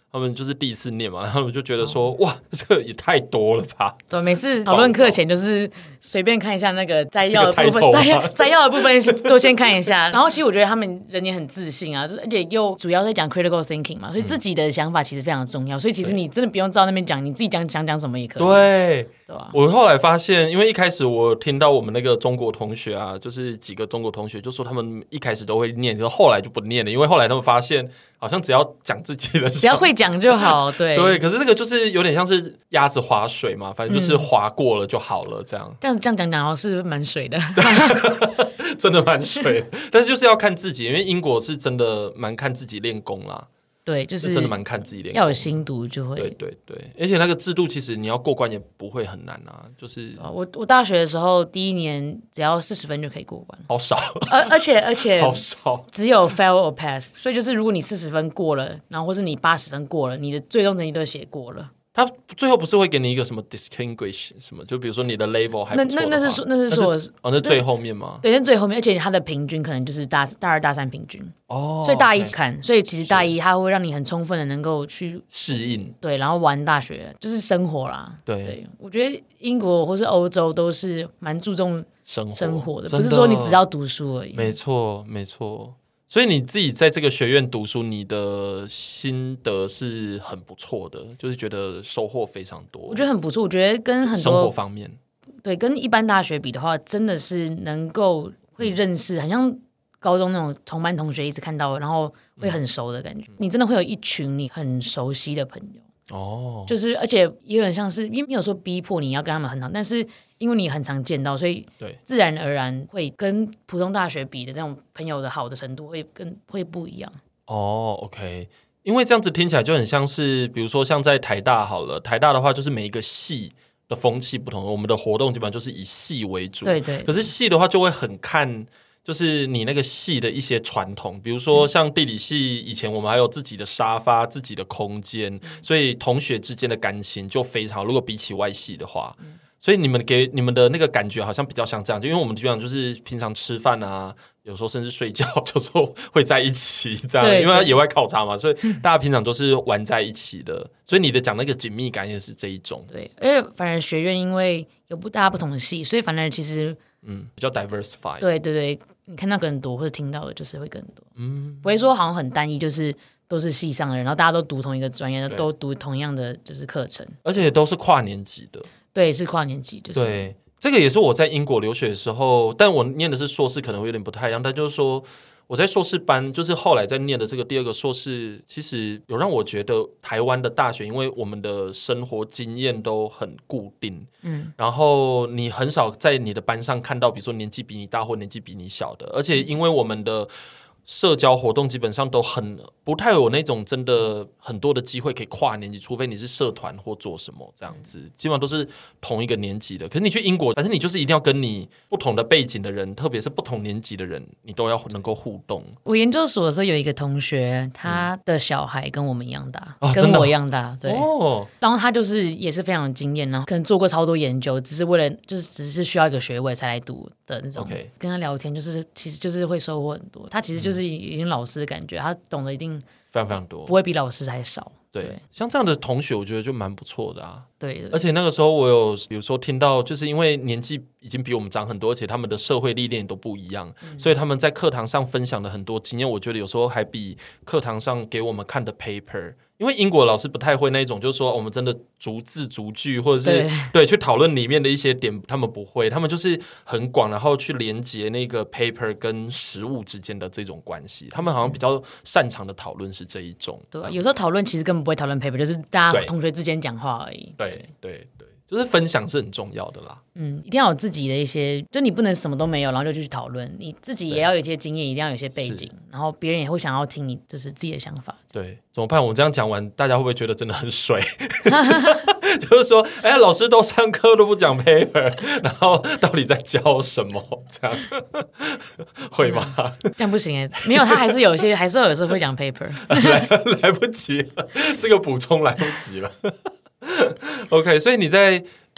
他们就是第一次念嘛，然后他们就觉得说、哦、哇这个也太多了吧。 对，每次讨论课前就是随便看一下那个摘要的部分，摘摘要的部分都先看一下。然后其实我觉得他们人也很自信啊，而且又主要在讲 critical thinking 嘛，所以自己的想法其实非常重要。所以其实你真的不用照那边讲，你自己讲想讲什么也可以。 对， 对啊。 我后来发现，因为一开始我听到我们那个中国同学啊，就是几个中国同学就说他们一开始都会念，可是后来就不念了，因为后来他们发现好像只要讲自己的， 只要会讲就好。对对，可是这个就是有点像是鸭子划水嘛，反正就是划过了就好了，这样。 嗯、这样这样讲讲是蛮水的， 真的蛮水的。但是就是要看自己，因为英国是真的蛮看自己练功啦。 对，就是真的蛮看自己练功， 要有心读就会。 对对对，而且那个制度其实你要过关也不会很难啊，就是我我大学的时候第一年只要四十分就可以过关， 好少， 而而且而且好少， 只有 fail or pass， 所以就是如果你四十分过了，然后或是你八十分过了，你的最终成绩都写过了。 他最后不是会给你一个什么 distinguish 什么？就比如说你的 level 还不错的话， 那那那是那是说哦，那最后面吗？ 对，那最后面，而且它的平均可能就是大大二大三平均哦， 所以大一看， okay. 所以其实大一它会让你很充分的能够去适应， 对，然后玩大学就是生活啦。 对， 对我觉得英国或是欧洲都是蛮注重生活生活的，不是说你只要读书而已。 没错，没错。所以你自己在这个学院读书，你的心得是很不错的，就是觉得收获非常多。 我觉得很不错，我觉得跟很多生活方面， 对，跟一般大学比的话，真的是能够会认识，很像高中那种同班同学一直看到，然后会很熟的感觉。嗯、你真的会有一群你很熟悉的朋友。哦，就是而且也有点像是，因为没有说逼迫你要跟他们很好，但是因为你很常见到，所以自然而然会跟普通大学比的那种朋友的好的程度会跟会不一样。 哦 ，OK， 因为这样子听起来就很像是，比如说像在台大好了，台大的话就是每一个系的风气不同，我们的活动基本上就是以系为主， 对 对, 对。 可是系的话就会很看。就是你那个系的一些传统，比如说像地理系，以前我们还有自己的沙发、自己的空间，嗯、所以同学之间的感情就非常。如果比起外系的话，嗯、所以你们给你们的那个感觉好像比较像这样，就因为我们基本上就是平常吃饭啊，有时候甚至睡觉，就说会在一起这样，因为野外考察嘛，所以大家平常都是玩在一起的。嗯、所以你的讲那个紧密感也是这一种。 对，而且反而学院因为有不大家不同的系，所以反而其实嗯比较 diversified。 对对对。你看到更多或者听到的就是会更多，嗯，不会说好像很单一，就是都是系上的人，然后大家都读同一个专业，都读同样的就是课程， 而且都是跨年级的， 对，是跨年级，就是对，这个也是我在英国留学的时候，但我念的是硕士，可能会有点不太一样，但就是说我在硕士班，就是后来在念的这个第二个硕士，其实有让我觉得台湾的大学，因为我们的生活经验都很固定，嗯，然后你很少在你的班上看到，比如说年纪比你大或年纪比你小的，而且因为我们的社交活动基本上都很不太有那种真的很多的机会可以跨年级，除非你是社团或做什么这样子，基本上都是同一个年级的。可是你去英国，反正你就是一定要跟你不同的背景的人，特别是不同年级的人，你都要能够互动。 我研究所的时候有一个同学，他的小孩跟我们一样大， 嗯、 跟我一样大，对、 哦。 然后他就是也是非常有经验，然后可能做过超多研究，只是为了就是只是需要一个学位才来读的那种。 Okay. 跟他聊天就是其实就是会收获很多。他其实就是已经老师的感觉，他懂得一定非常非常多， 不会比老师还少。 对，对像这样的同学，我觉得就蛮不错的啊。 对， 而且那个时候我有，比如说听到，就是因为年纪已经比我们长很多，而且他们的社会历练都不一样，嗯、所以他们在课堂上分享的很多经验，我觉得有时候还比课堂上给我们看的 paper。因为英国老师不太会那一种，就是说我们真的逐字逐句，或者是 对, 对去讨论里面的一些点，他们不会，他们就是很广，然后去连接那个 paper 跟实物之间的这种关系。他们好像比较擅长的讨论是这一种。 对，有时候讨论其实根本不会讨论 paper， 就是大家同学之间讲话而已。 对对对，就是分享是很重要的啦。 嗯，一定要有自己的一些，就你不能什么都没有，然后就去讨论，你自己也要有一些经验，一定要有一些背景，然后别人也会想要听你就是自己的想法。 对，怎么办？我这样讲完，大家会不会觉得真的很水？就是说，哎，老师都上课都不讲 paper， 然后到底在教什么？这样会吗？ 这样不行哎，没有，他还是有一些，还是有时候会讲 paper 来。来不及了，这个补充来不及了。OK， 所以你在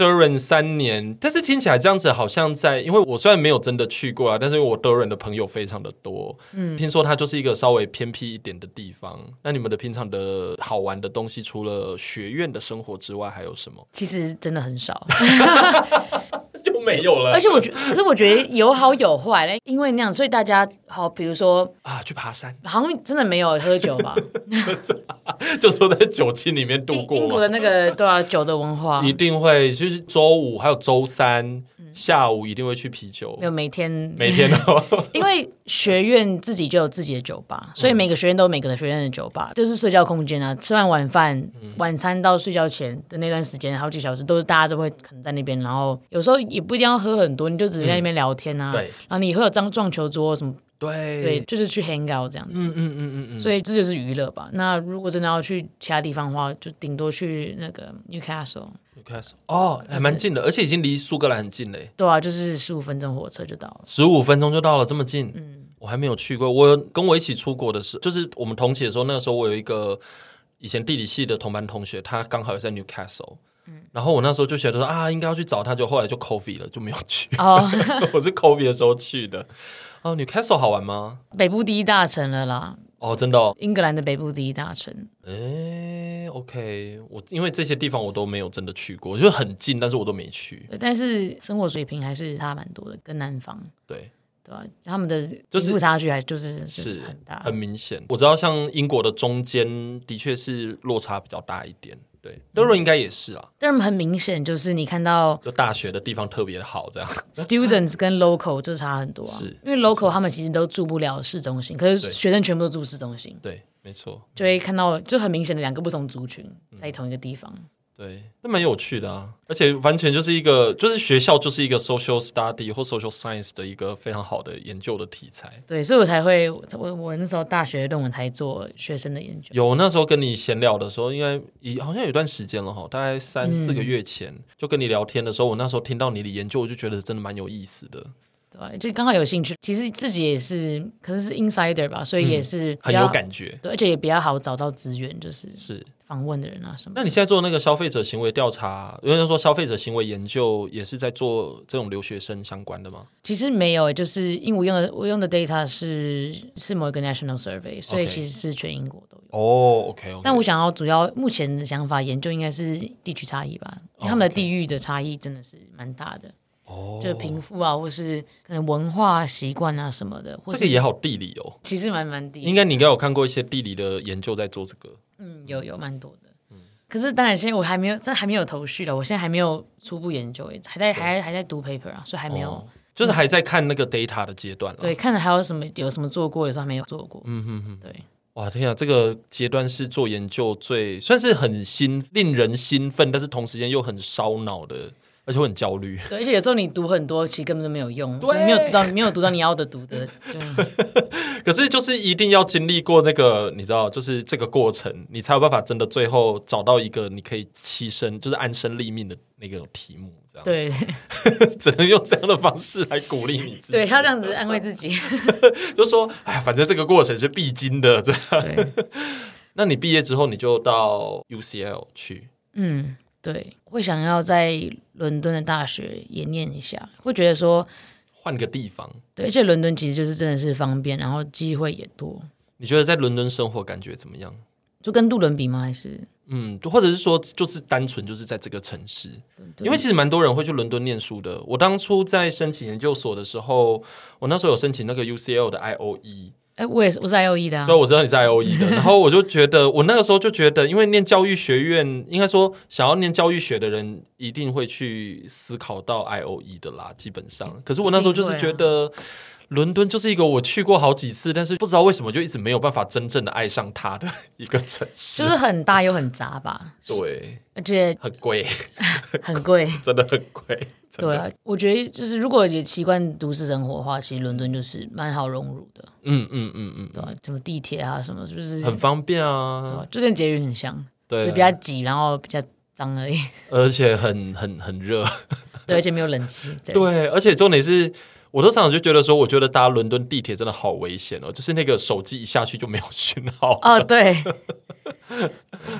Durham 三年，但是听起来这样子好像在，因为我虽然没有真的去过啊，但是我 Durham 的朋友非常的多，嗯，听说它就是一个稍微偏僻一点的地方。那你们的平常的好玩的东西，除了学院的生活之外，还有什么？ 其实真的很少。 就没有了， 而且我觉得，可是我觉得有好有坏嘞，因为那样，所以大家好，比如说啊，去爬山， 好像真的没有喝酒吧？ 就说在酒精里面度过嘛。 英国的那个对啊，酒的文化一定会，就是周五还有周三、嗯、下午一定会去啤酒， 没有每天每天哦， 因为学院自己就有自己的酒吧，所以每个学院都有每个的学院的酒吧，嗯、就是社交空间啊。吃完晚饭、嗯，晚餐到睡觉前的那段时间，好几小时都是大家都会可能在那边，然后有时候也不一定要喝很多，你就只是在那边聊天啊。 对、 嗯，然后你会有张撞球桌什么。 对对，就是去 hang out 这样子。嗯嗯嗯嗯所以这就是娱乐吧。那如果真的要去其他地方的话，就顶多去那个 Newcastle。Newcastle 哦，还蛮近的，而且已经离苏格兰很近嘞。 对啊，就是十五分钟火车就到了。 十五分钟就到了，这么近。嗯，我还没有去过。我跟我一起出国的时候，就是我们同期的时候，那个时候我有一个以前地理系的同班同学，他刚好也在 Newcastle。嗯、然后我那时候就觉得说啊，应该要去找他，就后来就 COVID 了，就没有去。哦，我是 COVID 的时候去的。哦 ，Newcastle 好玩吗？ 北部第一大城了啦。 哦，真的哦， 英格兰的北部第一大城。 哎 ，OK， 我因为这些地方我都没有真的去过，就是很近，但是我都没去。 但是生活水平还是差蛮多的，跟南方。 对。 对啊，他们的贫富差距还就是、 是、 就是很大， 很明显。我知道像英国的中间的确是落差比较大一点。对，德伦应该也是啊。 德伦很明显就是你看到， 就大学的地方特别好，这样。 Students 跟 local 就差很多啊，是因为 local 他们其实都住不了市中心，可是学生全部都住市中心。 对，没错。 就会看到就很明显的两个不同族群在同一个地方。嗯对，那蛮有趣的啊，而且完全就是一个，就是学校就是一个 social study 或 social science 的一个非常好的研究的题材。 对，所以我才会，我我那时候大学论文才做学生的研究。 有，那时候跟你闲聊的时候，应该好像有一段时间了哈，大概三四个月前、嗯、就跟你聊天的时候，我那时候听到你的研究，我就觉得真的蛮有意思的。 对，就刚好有兴趣，其实自己也是，可能是 insider 吧，所以也是、嗯、 很有感觉， 对，而且也比较好找到资源，就是是访问的人啊什么的。 那你现在做那个消费者行为调查，有人说消费者行为研究也是在做这种留学生相关的吗？ 其实没有，就是因为我用的我用的 data 是是某一个 national survey， 所以其实是全英国都有。 哦、oh, ，OK， 但我想要主要目前的想法研究应该是地区差异吧，因为他们的地域的差异真的是蛮大的。哦，就是贫富啊，或是可能文化习惯啊什么的， 这个也好地理哦。 其实蛮蛮地理， 应该你应该有看过一些地理的研究在做这个。 嗯，有有蛮多的。嗯，可是当然现在我还没有，这还没有头绪了。我现在还没有初步研究，还在还还在读 paper 啊，所以还没有、哦， 就是还在看那个 data 的阶段了。 对，看了还有什么有什么做过的时候还没有做过。嗯哼哼，对。 哇天啊，这个阶段是做研究最算是很兴令人兴奋，但是同时间又很烧脑的。而且会很焦虑， 对，而且有时候你读很多，其实根本都没有用，对，没有读到，没有读到你要的读的。对， 可是就是一定要经历过那个，你知道，就是这个过程，你才有办法真的最后找到一个你可以栖身，就是安身立命的那个题目，这样。 对， 只能用这样的方式来鼓励你自己。 对，他这样子安慰自己， 就说，哎，反正这个过程是必经的，这样。那你毕业之后，你就到 U C L 去， 嗯。对，会想要在伦敦的大学也念一下，会觉得说换个地方。 对，而且伦敦其实就是真的是方便，然后机会也多。 你觉得在伦敦生活感觉怎么样？ 就跟杜伦比吗？还是嗯，或者是说就是单纯就是在这个城市？因为其实蛮多人会去伦敦念书的。我当初在申请研究所的时候，我那时候有申请那个 U C L 的 I O E。 哎，我也是，我是 I O E 的、啊。 对，我知道你是 I O E 的。然后我就觉得，我那个时候就觉得，因为念教育学院，应该说想要念教育学的人，一定会去思考到 I O E 的啦，基本上。可是我那时候就是觉得，伦敦就是一个我去过好几次，但是不知道为什么就一直没有办法真正的爱上它的一个城市。 就是很大又很杂吧？ 对， 而且很贵， 很贵， 真的很贵。 对啊，我觉得就是如果也习惯都市生活的话，其实伦敦就是蛮好融入的。嗯嗯嗯嗯，对啊，什么地铁啊什么，就是很方便啊， 对啊，就跟捷运很像， 对， 是比较挤，然后比较脏而已， 而且很很很热， 对，而且没有冷气。 对，而且重点是，我都常常就觉得说，我觉得搭伦敦地铁真的好危险哦，就是那个手机一下去就没有讯号。 哦，对。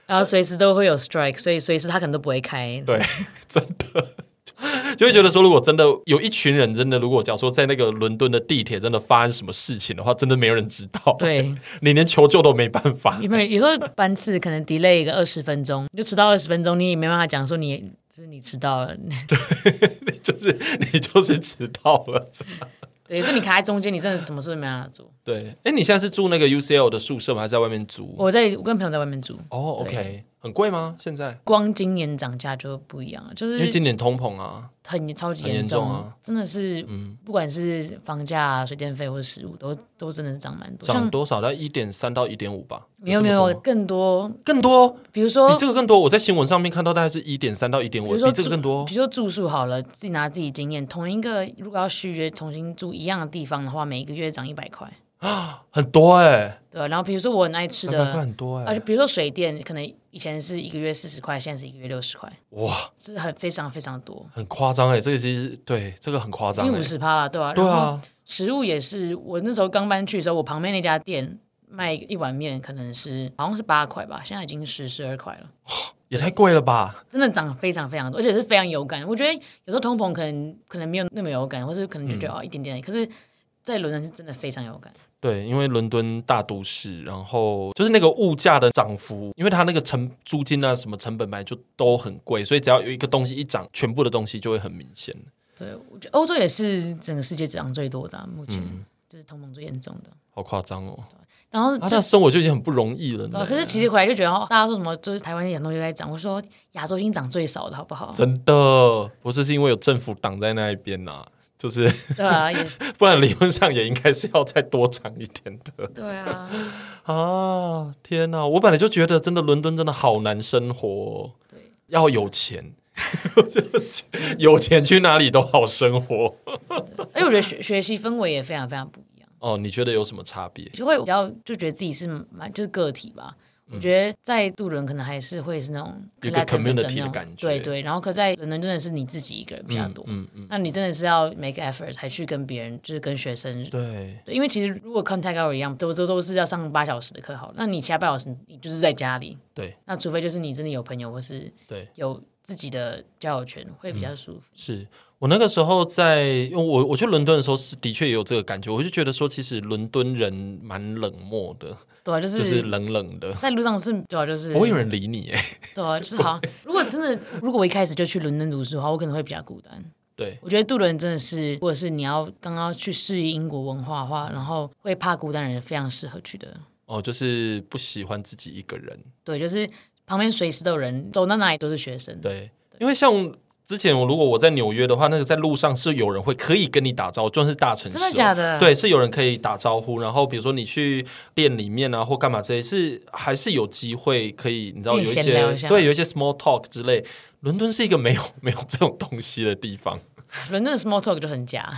然后随时都会有 strike， 所以随时他可能都不会开。 对，真的。就会觉得说，如果真的有一群人，真的如果假如说在那个伦敦的地铁真的发生什么事情的话，真的没有人知道， 对， 你连求救都没办法。 因为有时候班次可能 delay 一个二十分钟，你就迟到二十分钟，你也没办法讲说你就是你迟到了， 对，就是你就是迟到了。 对，所以你卡在中间，你真的什么事都没办法做。 对，哎，你现在是住那个 U C L 的宿舍吗？还是在外面租？ 我在我跟朋友在外面住。 哦 ，OK， 很贵吗？现在光今年涨价就不一样了，就是因为今年通膨啊， 很超级很严重啊， 真的是，嗯，不管是房价、啊、水电费或者食物，都都真的是涨蛮多。 涨多少？在一点三到一点五吧？ 没有没有，更多更多。 比如说比这个更多，我在新闻上面看到大概是一点三到一点五，比这个更多。 比如说住宿好了，自己拿自己经验，同一个如果要续约重新住一样的地方的话，每一个月涨一百块啊，很多哎、欸。 对，然后比如说我很爱吃的， 很多哎、欸。 而且比如说水电，可能以前是一个月四十块，现在是一个月六十块，哇，是很非常非常多， 很夸张哎，这个其实对这个很夸张、欸， 近五十趴了，对吧、啊？ 对啊， 食物也是，我那时候刚搬去的时候，我旁边那家店卖一碗面可能是好像是八块吧，现在已经十十二块了。 也太贵了吧！ 真的涨非常非常多，而且是非常有感。我觉得有时候通膨可能可能没有那么有感，或是可能就觉得、嗯、哦一点点，可是在伦敦是真的非常有感。 对，因为伦敦大都市，然后就是那个物价的涨幅，因为它那个成租金啊什么成本本来就都很贵，所以只要有一个东西一涨，全部的东西就会很明显。 对，我觉得欧洲也是整个世界涨最多的、啊，目前、嗯、就是通膨最严重的。 好夸张哦！ 然后他的生活就已经很不容易了。 可是其实回来就觉得，大家说什么就是台湾很多东西在涨，我说亚洲已经涨最少的好不好？ 真的不是是因为有政府挡在那一边呐、啊，就是对啊，也是不然理论上也应该是要再多涨一点的。 对啊， 啊天哪！我本来就觉得真的伦敦真的好难生活、哦，对，要有钱。有钱去哪里都好生活。 而且我觉得学学习氛围也非常非常不一样。 哦，你觉得有什么差别？ 就会比较就觉得自己是蛮就是个体吧。嗯、我觉得在杜伦可能还是会是那种有个 community 的感觉， 对对。然后可在伦敦真的是你自己一个人比较多，嗯嗯嗯、那你真的是要 make effort 才去跟别人，就是跟学生对对。因为其实如果 contact hour 一样，都都都是要上八小时的课好了，那你其他八小时你就是在家里， 对。 那除非就是你真的有朋友或是对有自己的交友圈会比较舒服。 嗯、是我那个时候在，因为我我去伦敦的时候是的确也有这个感觉，我就觉得说其实伦敦人蛮冷漠的， 对啊，就是就是冷冷的， 在路上是对啊，就是不会有人理你哎， 对啊，就是好。如果真的，如果我一开始就去伦敦读书的话，我可能会比较孤单。 对， 我觉得杜伦真的是，或者是你要刚刚去适应英国文化的话，然后会怕孤单的人非常适合去的。 哦，就是不喜欢自己一个人。 对，就是旁边随时都有人，走到哪里都是学生。 对，因为像之前我如果我在纽约的话，那个在路上是有人会可以跟你打招呼，就算是大城市、哦， 真的假的？ 对，是有人可以打招呼。然后比如说你去店里面啊，或干嘛这些，是还是有机会可以，你知道有一些对有一些 small talk 之类。伦敦是一个没有没有这种东西的地方。 伦敦的 small talk 就很假。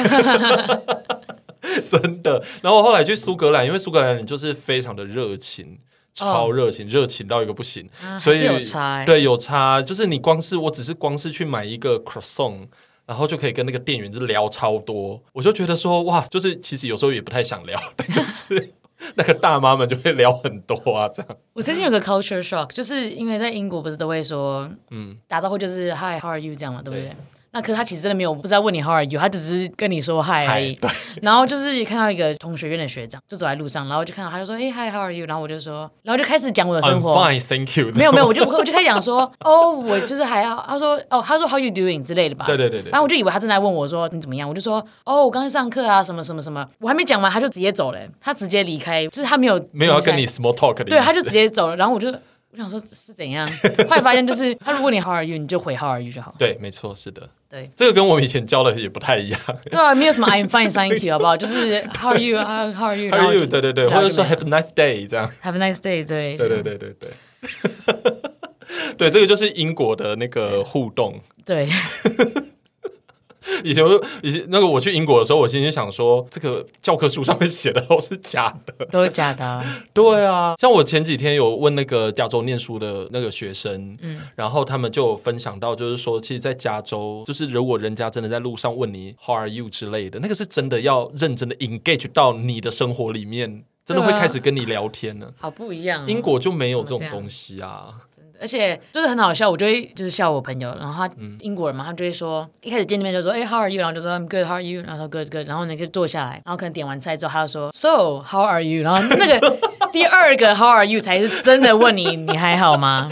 真的。然后我后来去苏格兰，因为苏格兰人就是非常的热情。超热情，热、oh. 情到一个不行， 啊、 所以有差、欸， 对，有差。就是你光是我只是光是去买一个 croissant， 然后就可以跟那个店员就聊超多，我就觉得说哇，就是其实有时候也不太想聊，但就是那个大妈们就会聊很多啊，这样。 我曾经有个 culture shock， 就是因为在英国不是都会说，嗯，打招呼就是 Hi how are you 这样嘛，对不对？那可是他其实真的没有不知道问你 how are you， 他只是跟你说 hi 而已。然后就是看到一个同学院的学长，就走在路上，然后就看到他就说，哎、hey, hi how are you？ 然后我就说，然后就开始讲我的生活。 I'm fine, thank you。 没有没有，我就我就开始讲说，哦，我就是还好。他说，哦，他说 how you doing 之类的吧。 对对对对。 然后我就以为他正在问我说你怎么样，我就说，哦，我刚才上课啊，什么什么什么。我还没讲完，他就直接走了，他直接离开，就是他没有没有要跟你 small talk 的意思。 对，他就直接走了。然后我就。我想说是怎样，后来发现就是他如果你 how are you， 你就回 how are you 就好。 对，没错，是的。 对， 这个跟我们以前教的也不太一样。 对啊，没有什么 I'm fine, thank you， 好不好？就是 how are you, how how are you, how are you， 对对对，或者说 have a nice day 这样。 have a nice day， 对对对对对对。对，这个就是英国的那个互动。 对。 以前我以前那个我去英国的时候，我心里想说，这个教科书上面写的都是假的， 都是假的、啊。 对啊，像我前几天有问那个加州念书的那个学生，嗯，然后他们就有分享到，就是说，其实，在加州，就是如果人家真的在路上问你 How are you 之类的，那个是真的要认真的 engage 到你的生活里面真的会开始跟你聊天呢。 好不一样、哦， 英国就没有这种东西啊。 而且就是很好笑，我就会就是笑我朋友，然后他、嗯、英国人嘛，他就会说一开始见面就说哎、欸、how are you， 然后就说 I'm good how are you， 然后说 good good， 然后呢就坐下来，然后可能点完菜之后他就说 so how are you， 然后那个第二个 how are you 才是真的问你你还好吗？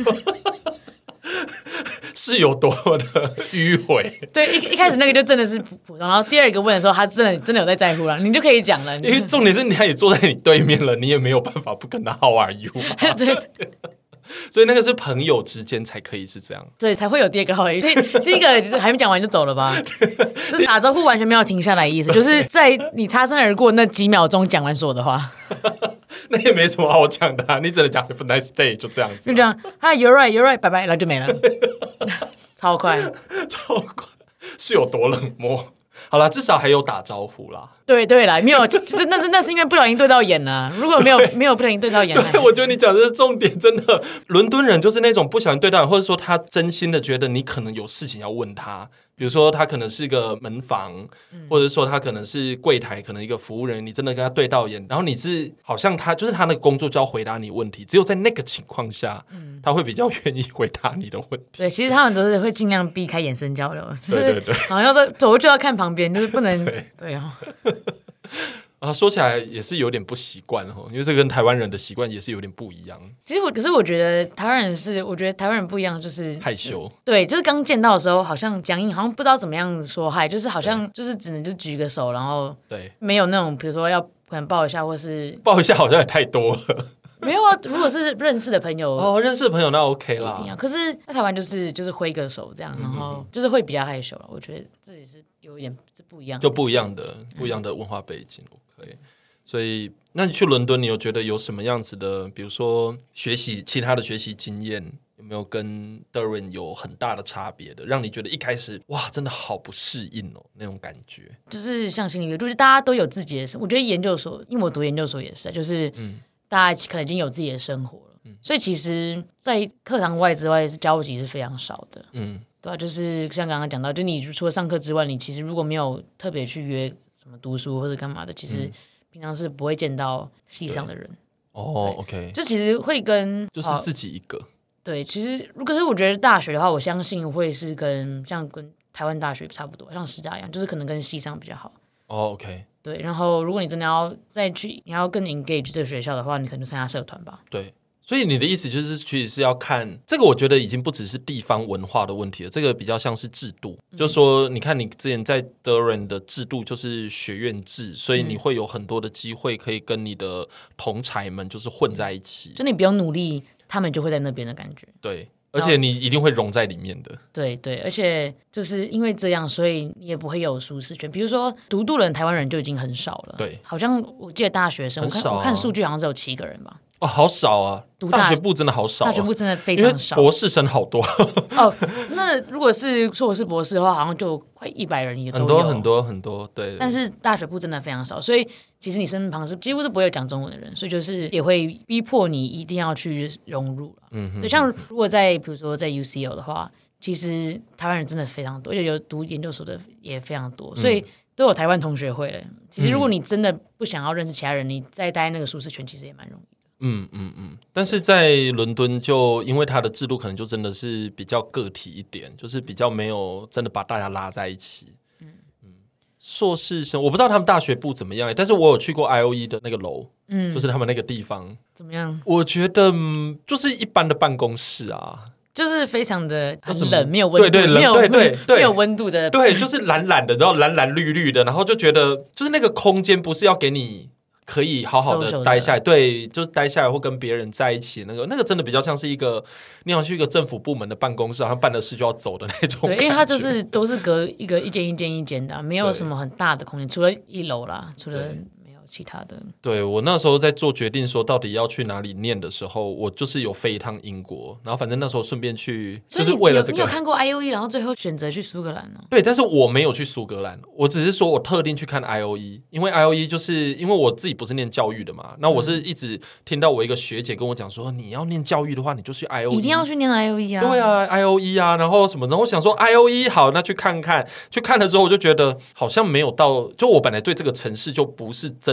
是有多么的迂回。 对，一一开始那个就真的是普通，然后第二个问的时候，他真的真的有在在乎了，你就可以讲了。 因为重点是你也坐在你对面了，你也没有办法不跟他 How are you 嘛？ 对。 所以那个是朋友之间才可以是这样， 对，才会有第二个 How are you。所以第一个就是还没讲完就走了吧，就是打招呼完全没有停下来的意思，就是在你擦身而过那几秒钟讲完所有的话。 那也没什么好讲的、啊，你只能讲 Have a nice day 就这样子、啊， 就这样。Hi, you're right, you're right， 拜拜，然后就没了，超快， 超快，是有多冷漠？好啦，至少还有打招呼啦。 对对啦，没有，那那是因为不小心对到眼了。如果没有没有不小心对到眼， 对，我觉得你讲的是重点，真的。伦敦人就是那种不小心对到眼，或者说他真心的觉得你可能有事情要问他。比如说他可能是个门房、嗯、或者说他可能是柜台，可能一个服务人，你真的跟他对到眼，然后你是好像他就是他那个工作就要回答你问题，只有在那个情况下、嗯、他会比较愿意回答你的问题。对， 其实他们都是会尽量避开眼神交流，就是、 对对对， 好像都走就要看旁边，就是不能 对, 对啊。 啊，说起来也是有点不习惯哦，因为这跟台湾人的习惯也是有点不一样。 其实我，可是我觉得台湾人是，我觉得台湾人不一样，就是害羞。 对，就是刚见到的时候，好像僵硬，好像不知道怎么样说嗨，就是好像就是只能就举个手，然后对，没有那种比如说要可能抱一下，或是抱一下，好像也太多了。 没有啊，如果是认识的朋友哦，认识的朋友那 OK 啦。 一定要，可是在台湾就是就是挥个手这样，然后就是会比较害羞了。我觉得自己是有一点是不一样的， 就不一样的不一样的文化背景 OK。所以，那你去伦敦，你有觉得有什么样子的，比如说学习其他的学习经验，有没有跟 Derwent 有很大的差别的，让你觉得一开始哇，真的好不适应哦那种感觉？就是像心理学，就是大家都有自己的生，我觉得研究所，因为我读研究所也是，就是嗯，大家可能已经有自己的生活了，嗯、所以其实，在课堂外之外，是交集是非常少的，嗯，对吧、啊？就是像刚刚讲到，就你除了上课之外，你其实如果没有特别去约什么读书或者干嘛的，其实、嗯。平常是不会见到系上的人哦 ，OK， 就其实会跟就是自己一个对，其实可是我觉得大学的话，我相信会是跟像跟台湾大学差不多，像师大一样，就是可能跟系上比较好哦 ，OK， 对，然后如果你真的要再去，你要更 engage 这个学校的话，你可能就参加社团吧， 对。所以你的意思就是，其实是要看这个，我觉得已经不只是地方文化的问题了，这个比较像是制度。嗯、就是说，你看你之前在德仁的制度就是学院制，所以你会有很多的机会可以跟你的同侪们就是混在一起， 就你不用努力，他们就会在那边的感觉。 对，而且你一定会融在里面的。 对对，而且就是因为这样，所以你也不会有舒适圈。比如说读度人，台湾人就已经很少了。对，好像我记得大学生，我看、啊、我看数据好像只有七个人吧。 哦，好少啊！读 大, 大学部真的好少、啊， 大学部真的非常少， 博士生好多。 哦，那如果是硕士博士的话，好像就快一百人也都有， 很多很多很多，对。 但是大学部真的非常少，所以其实你身旁是几乎是不会有讲中文的人，所以就是也会逼迫你一定要去融入了。嗯哼，对，像如果在比如说在 U C L 的话，其实台湾人真的非常多，而且有读研究所的也非常多，所以都有台湾同学会了。其实如果你真的不想要认识其他人，你再待那个舒适圈，其实也蛮容易。 嗯嗯嗯，但是在伦敦就因为它的制度可能就真的是比较个体一点，就是比较没有真的把大家拉在一起。嗯嗯，硕士生我不知道他们大学部怎么样，但是我有去过 I O E 的那个楼，嗯，就是他们那个地方怎么样？我觉得、嗯、就是一般的办公室啊。 就是非常的很冷，没有温度， 对对没有对对对， 没有温度的， 对，就是蓝蓝的，然后蓝蓝绿绿的，然后就觉得就是那个空间不是要给你可以好好的待下来，对，就是待下来或跟别人在一起，那个那个真的比较像是一个你好像去一个政府部门的办公室，好像办的事就要走的那种。对， 因为它就是都是隔一个一间一间一间的、啊，没有什么很大的空间，除了一楼啦，除了。其他的， 对，我那时候在做决定说到底要去哪里念的时候，我就是有飞一趟英国，然后反正那时候顺便去，就是为了这个。 你有看过 I O E， 然后最后选择去苏格兰哦？ 对，但是我没有去苏格兰，我只是说我特定去看 I O E， 因为 I O E 就是因为我自己不是念教育的嘛，那我是一直听到我一个学姐跟我讲说，你要念教育的话，你就去 I O E， 一定要去念 I O E 啊。 对啊 ，I O E 啊，然后什么，然后我想说 I O E 好，那去看看，去看了之后我就觉得好像没有到，就我本来对这个城市就不是真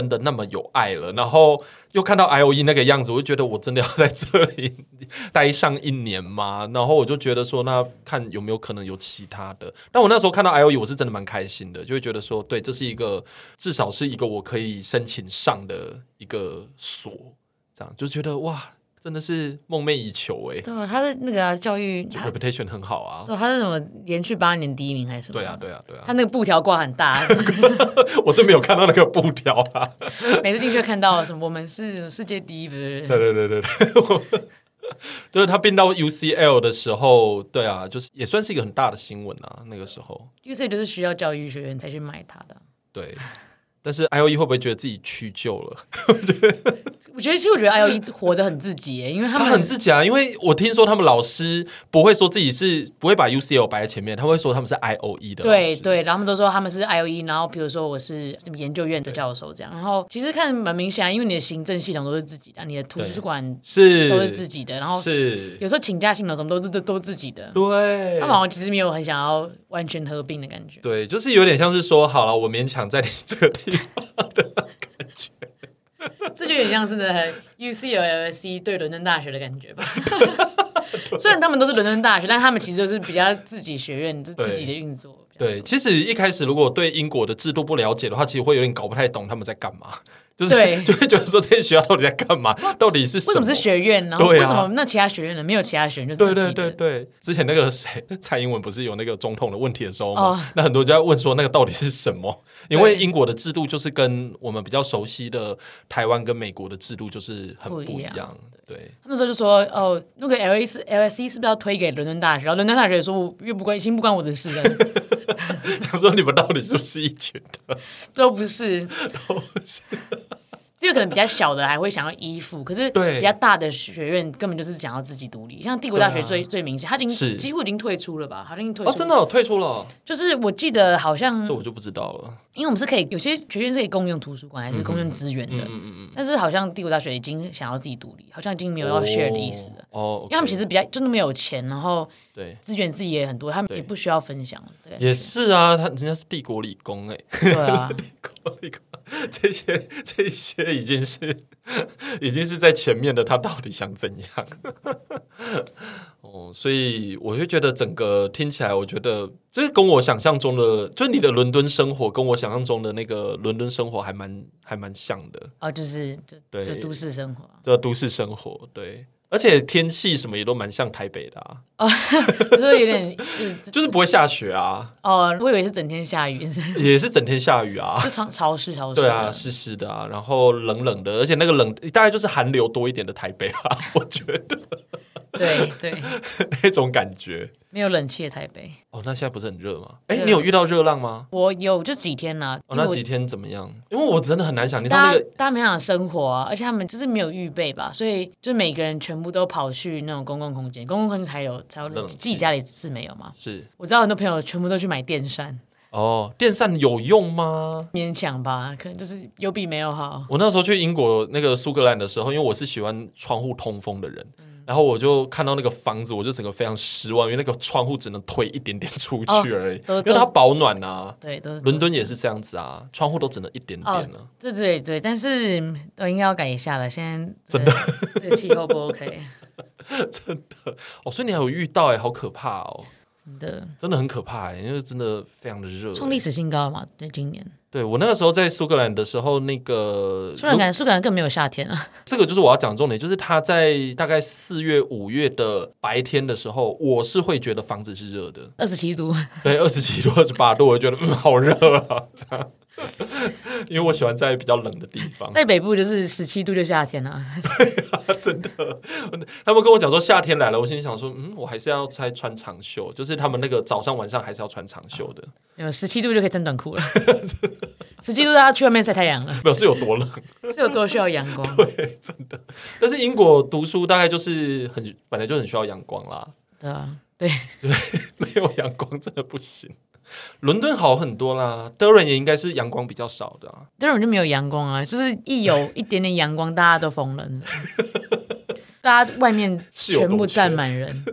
真的那么有爱了，然后又看到 I O E 那个样子，我就觉得我真的要在这里待上一年吗？然后我就觉得说，那看有没有可能有其他的。但我那时候看到 I O E， 我是真的蛮开心的，就会觉得说，对，这是一个至少是一个我可以申请上的一个所，这样就觉得哇。真的是梦寐以求哎、欸！ 对啊，他的那个、啊、教育 reputation 很好啊。 对，他是什么连续八年第一名还是什么？ 对啊，对啊，对啊。 他那个布条挂很大， 我是没有看到那个布条啊。 每次进去看到什么，我们是世界第一，不是？ 对对对对对。就是他并到 U C L 的时候，对啊，就是也算是一个很大的新闻啊。那个时候 ，U C L 就是需要教育学院才去买它的。 对。但是 I O E 会不会觉得自己屈就了？ 我觉得，其实我觉得 I O E 活得很自己耶，因为他们他很自己啊。因为我听说他们老师不会说自己是不会把 U C L 摆在前面，他会说他们是 I O E 的老师。 对对，然后他们都说他们是 I O E， 然后比如说我是什么研究院的教授这样。然后其实看蛮明显、啊，因为你的行政系统都是自己的，你的图书馆是都是自己的，然后是有时候请假系统什么都是都都自己的。 对， 他们好像其实没有很想要完全合并的感觉。 对，就是有点像是说，好了，我勉强在你这个地方的感觉。 这就有点像是呢 U C L L S E 对伦敦大学的感觉吧。虽然他们都是伦敦大学，但他们其实就是比较自己学院自己的运作。 对，其实一开始如果对英国的制度不了解的话，其实会有点搞不太懂他们在干嘛。就是就会觉得说这些学校到底在干嘛？到底是什么？ 为什么是学院？然后为什么那其他学院呢？没有其他学院就是自己的。 对对对对，之前那个谁蔡英文不是有那个总统的问题的时候吗？哦、那很多人就在问说那个到底是什么？因为英国的制度就是跟我们比较熟悉的台湾跟美国的制度就是很不一样。对， 他那时候就说哦，那个 L A 是 L S E 是不是要推给伦敦大学？然后伦敦大学说越不关心不关我的事了。 他说你们到底是不是一群的？ 都不是， 都不是。 只有可能比较小的还会想要依附，可是比较大的学院根本就是想要自己独立。像帝国大学最、啊、最明显，他已经几乎已经退出了吧？好像已经退出了。 哦，真的、哦、退出了。 就是我记得好像这我就不知道了， 因为我们是可以有些学院是可以共用图书馆还是共用资源的，嗯嗯嗯嗯，但是好像帝国大学已经想要自己独立，好像已经没有要 share 的意思了。哦，哦 okay、因为他们其实比较就那么有钱，然后对资源自己也很多，他们也不需要分享。 也是啊，他人家是帝国理工哎、欸， 对啊， 帝国理工。这些这些已经是已经是在前面的，他到底想怎样？哦，所以我会觉得整个听起来，我觉得这跟我想象中的，就是你的伦敦生活，跟我想象中的那个伦敦生活还蛮还蛮像的。 哦，就是就对，就都市生活， 对，都市生活，对。而且天气什么也都蛮像台北的啊， 哦，就是有点， 就是不会下雪啊。 哦，我以为是整天下雨， 也是整天下雨啊， 就潮潮湿潮湿， 对啊，湿湿的啊，然后冷冷的，而且那个冷大概就是寒流多一点的台北吧，我觉得。 对对， 那种感觉。 没有冷气的台北。 哦，那现在不是很热吗？哎，你有遇到热浪吗？ 我有，就几天啦、啊。 哦，那几天怎么样？因为我真的很难想象那个大家没想生活啊，而且他们就是没有预备吧，所以就是每个人全部都跑去那种公共空间，公共空间才有才有冷气，自己家里是没有嘛。 是， 我知道很多朋友全部都去买电扇。 哦，电扇有用吗？ 勉强吧，可能就是有比没有好。 我那时候去英国那个苏格兰的时候，因为我是喜欢窗户通风的人。嗯，然后我就看到那个房子，我就整个非常失望，因为那个窗户只能推一点点出去而已，哦、因为它保暖啊。 对，都是伦敦也是这样子啊，窗户都只能一点点了、啊。 对、哦、对对，但是都应该要改一下了。现在真的， 这个气候不 OK， 真的哦，所以你还有遇到哎、欸，好可怕哦。 真的， 真的很可怕、欸，因为真的非常的热、欸， 创历史新高嘛。对，今年。 对，我那个时候在苏格兰的时候，那个苏格兰苏格兰更没有夏天啊。 这个就是我要讲的重点，就是它在大概四月、五月的白天的时候，我是会觉得房子是热的， 二十七度，对， 二十七度、二十八度，我就觉得嗯，好热啊，这样。因为我喜欢在比较冷的地方， 在北部就是十七度就夏天了、啊。 对啊，真的。他们跟我讲说夏天来了，我心里想说，嗯，我还是要再穿长袖，就是他们那个早上晚上还是要穿长袖的。 有十七度就可以穿短裤了，十七度大家去外面晒太阳了。 没有，是有多冷， 是有多需要阳光。 对，真的。但是英国读书大概就是很本来就很需要阳光啦。 对啊，对， 对，没有阳光真的不行。伦敦好很多啦，德伦也应该是阳光比较少的、啊。 德伦就没有阳光啊，就是一有一点点阳光，大家都疯了，大家外面全部站满人。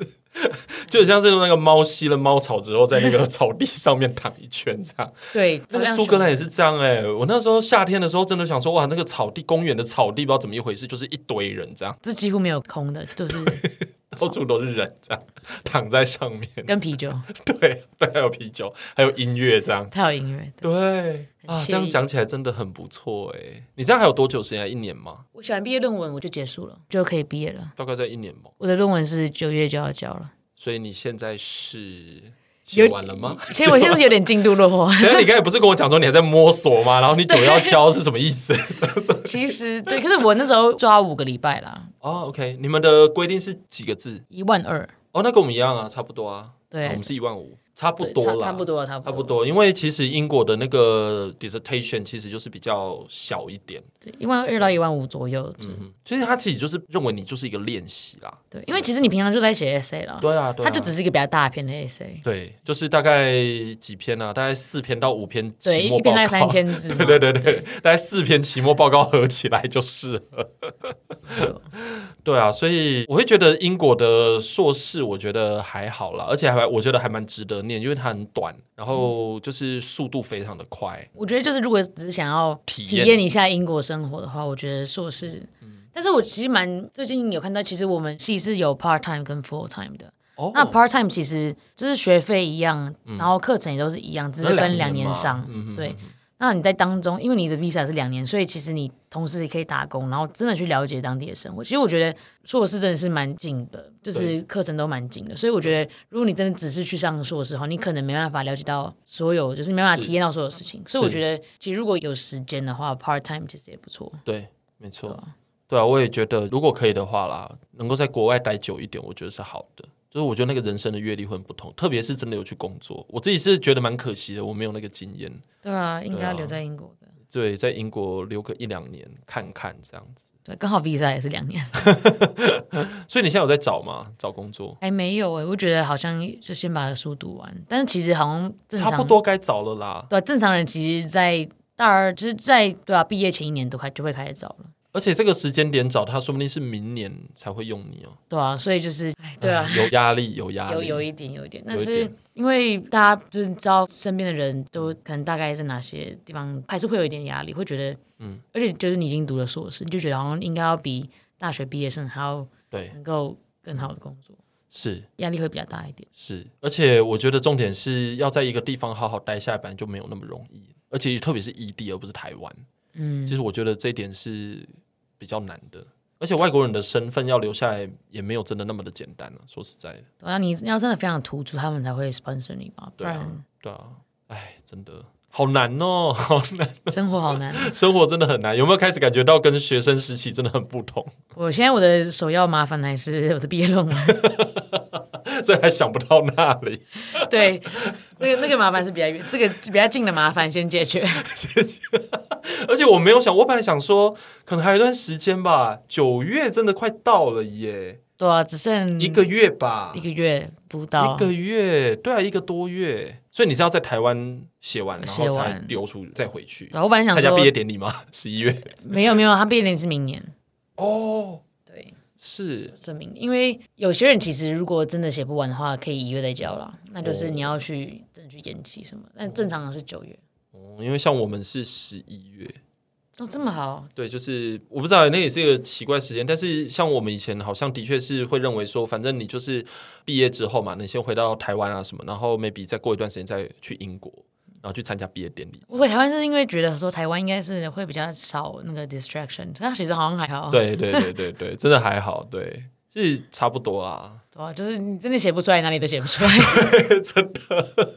就很像是那个猫吸了猫草之后，在那个草地上面躺一圈这样。 对， 那个苏格兰也是这样哎、欸。我那时候夏天的时候，真的想说，哇，那个草地公园的草地不知道怎么一回事，就是一堆人这样， 这几乎没有空的，就是到处都是人这样躺在上面， 跟啤酒， 对对，还有啤酒，还有音乐这样， 还有音乐， 对。对啊，这样讲起来真的很不错哎、欸。你这样还有多久时间？一年吗？ 我写完毕业论文我就结束了，就可以毕业了。 大概在一年吗？ 我的论文是九月就要交了， 所以你现在是写完了吗？ 其实我现在是有点进度落后。 等下你刚才不是跟我讲说你还在摸索吗？然后你九月要交是什么意思？ 其实对，可是我那时候抓五个礼拜啦。 哦 ，OK， 你们的规定是几个字？ 一万二。 哦，那跟我们一样啊，差不多啊。 对， 我们是一万五。差不多啦， 差不多，差不多， 差不多。因为其实英国的那个 dissertation 其实就是比较小一点， 对，一万二到一万五左右。 嗯，其实他其实就是认为你就是一个练习啦。 对，因为其实你平常就在写 essay 啦。 对啊，对啊， 它就只是一个比较大篇的 essay。 对，就是大概几篇啊？大概四篇到五篇期末报告， 对，一篇大概三千字。 对对对对，大概四篇期末报告合起来就是了。对啊，所以我会觉得英国的硕士我觉得还好啦，而且还我觉得还蛮值得念，因为它很短，然后就是速度非常的快。 我觉得就是如果只是想要体验一下英国生活的话，我觉得硕士。嗯、但是我其实蛮最近有看到，其实我们系是有 part time 跟 full time 的。哦、那 part time 其实就是学费一样，嗯、然后课程也都是一样，只是分两年上。嗯、对。那你在当中，因为你的 visa 是两年，所以其实你同时也可以打工，然后真的去了解当地的生活。其实我觉得硕士真的是蛮紧的，就是课程都蛮紧的，所以我觉得如果你真的只是去上硕士的话，你可能没办法了解到所有，就是没办法体验到所有事情。所以我觉得其实如果有时间的话 ，part time 其实也不错。 对，没错。对啊，对啊，我也觉得如果可以的话啦，能够在国外待久一点，我觉得是好的。就是我觉得那个人生的阅历会很不同，特别是真的有去工作，我自己是觉得蛮可惜的，我没有那个经验。 对啊，应该要留在英国的。 对，在英国留个一两年看看这样子。 对，刚好 visa 也是两年。 所以你现在有在找吗？找工作？ 还没有哎、欸，我觉得好像就先把书读完，但是其实好像正常差不多该找了啦。 对、啊，正常人其实，在大二就是在对啊毕业前一年都开就会开始找了。 而且这个时间点找他，说不定是明年才会用你哦。 对啊，所以就是，对啊， 有压力，有压力， 有有一点，有一点。但是因为大家就是知道身边的人都可能大概在哪些地方，还是会有一点压力，会觉得，嗯，而且就是你已经读了硕士，你就觉得好像应该要比大学毕业生还要对能够更好的工作， 是压力会比较大一点。 是，而且我觉得重点是要在一个地方好好待下来，本来就没有那么容易，而且特别是异地而不是台湾。嗯，其实我觉得这一点是比较难的，而且外国人的身份要留下来也没有真的那么的简单了。说实在的， 对啊，你要真的非常突出，他们才会 sponsor 你吧？ 对啊，对啊，哎，真的好难哦，好难、哦， 生活好难， 生活真的很难。有没有开始感觉到跟学生时期真的很不同？ 我现在我的首要麻烦还是我的毕业论文。 所以还想不到那里。 对，那个那个麻烦是比较远，这个比较近的麻烦先解决。 而且我没有想，我本来想说，可能还有一段时间吧，九月真的快到了耶。 对啊，只剩一个月吧， 一个月不到， 一个月，对啊，一个多月。所以你是要在台湾写完，然后才丢出再回去。 我本来想说参加毕业典礼吗？十一月？ 没有没有，他毕业典礼是明年。 哦， 对。 是证明，因为有些人其实如果真的写不完的话，可以一月再交啦，那就是你要去真的去延期什么，但正常的是九月。 哦，因为像我们是十一月， 哦，这么好。 对，就是我不知道，那也是一个奇怪时间，但是像我们以前好像的确是会认为说，反正你就是毕业之后嘛，你先回到台湾啊什么，然后 maybe 再过一段时间再去英国。然后去参加毕业典礼。 我回台湾是因为觉得说台湾应该是会比较少那个 distraction， 但其实好像还好。 对对对对对，真的还好，对，是差不多啦。 对啊，就是你真的写不出来，哪里都写不出来， 真的。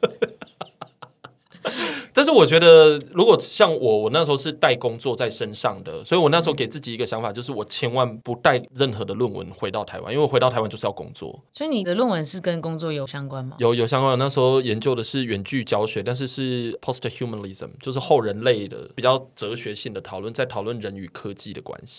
但是我觉得，如果像我，我那时候是带工作在身上的，所以我那时候给自己一个想法，就是我千万不带任何的论文回到台湾，因为我回到台湾就是要工作。 所以你的论文是跟工作有相关吗？ 有有相关的，那时候研究的是远距教学，但是是 posthumanism， 就是后人类的比较哲学性的讨论，在讨论人与科技的关系。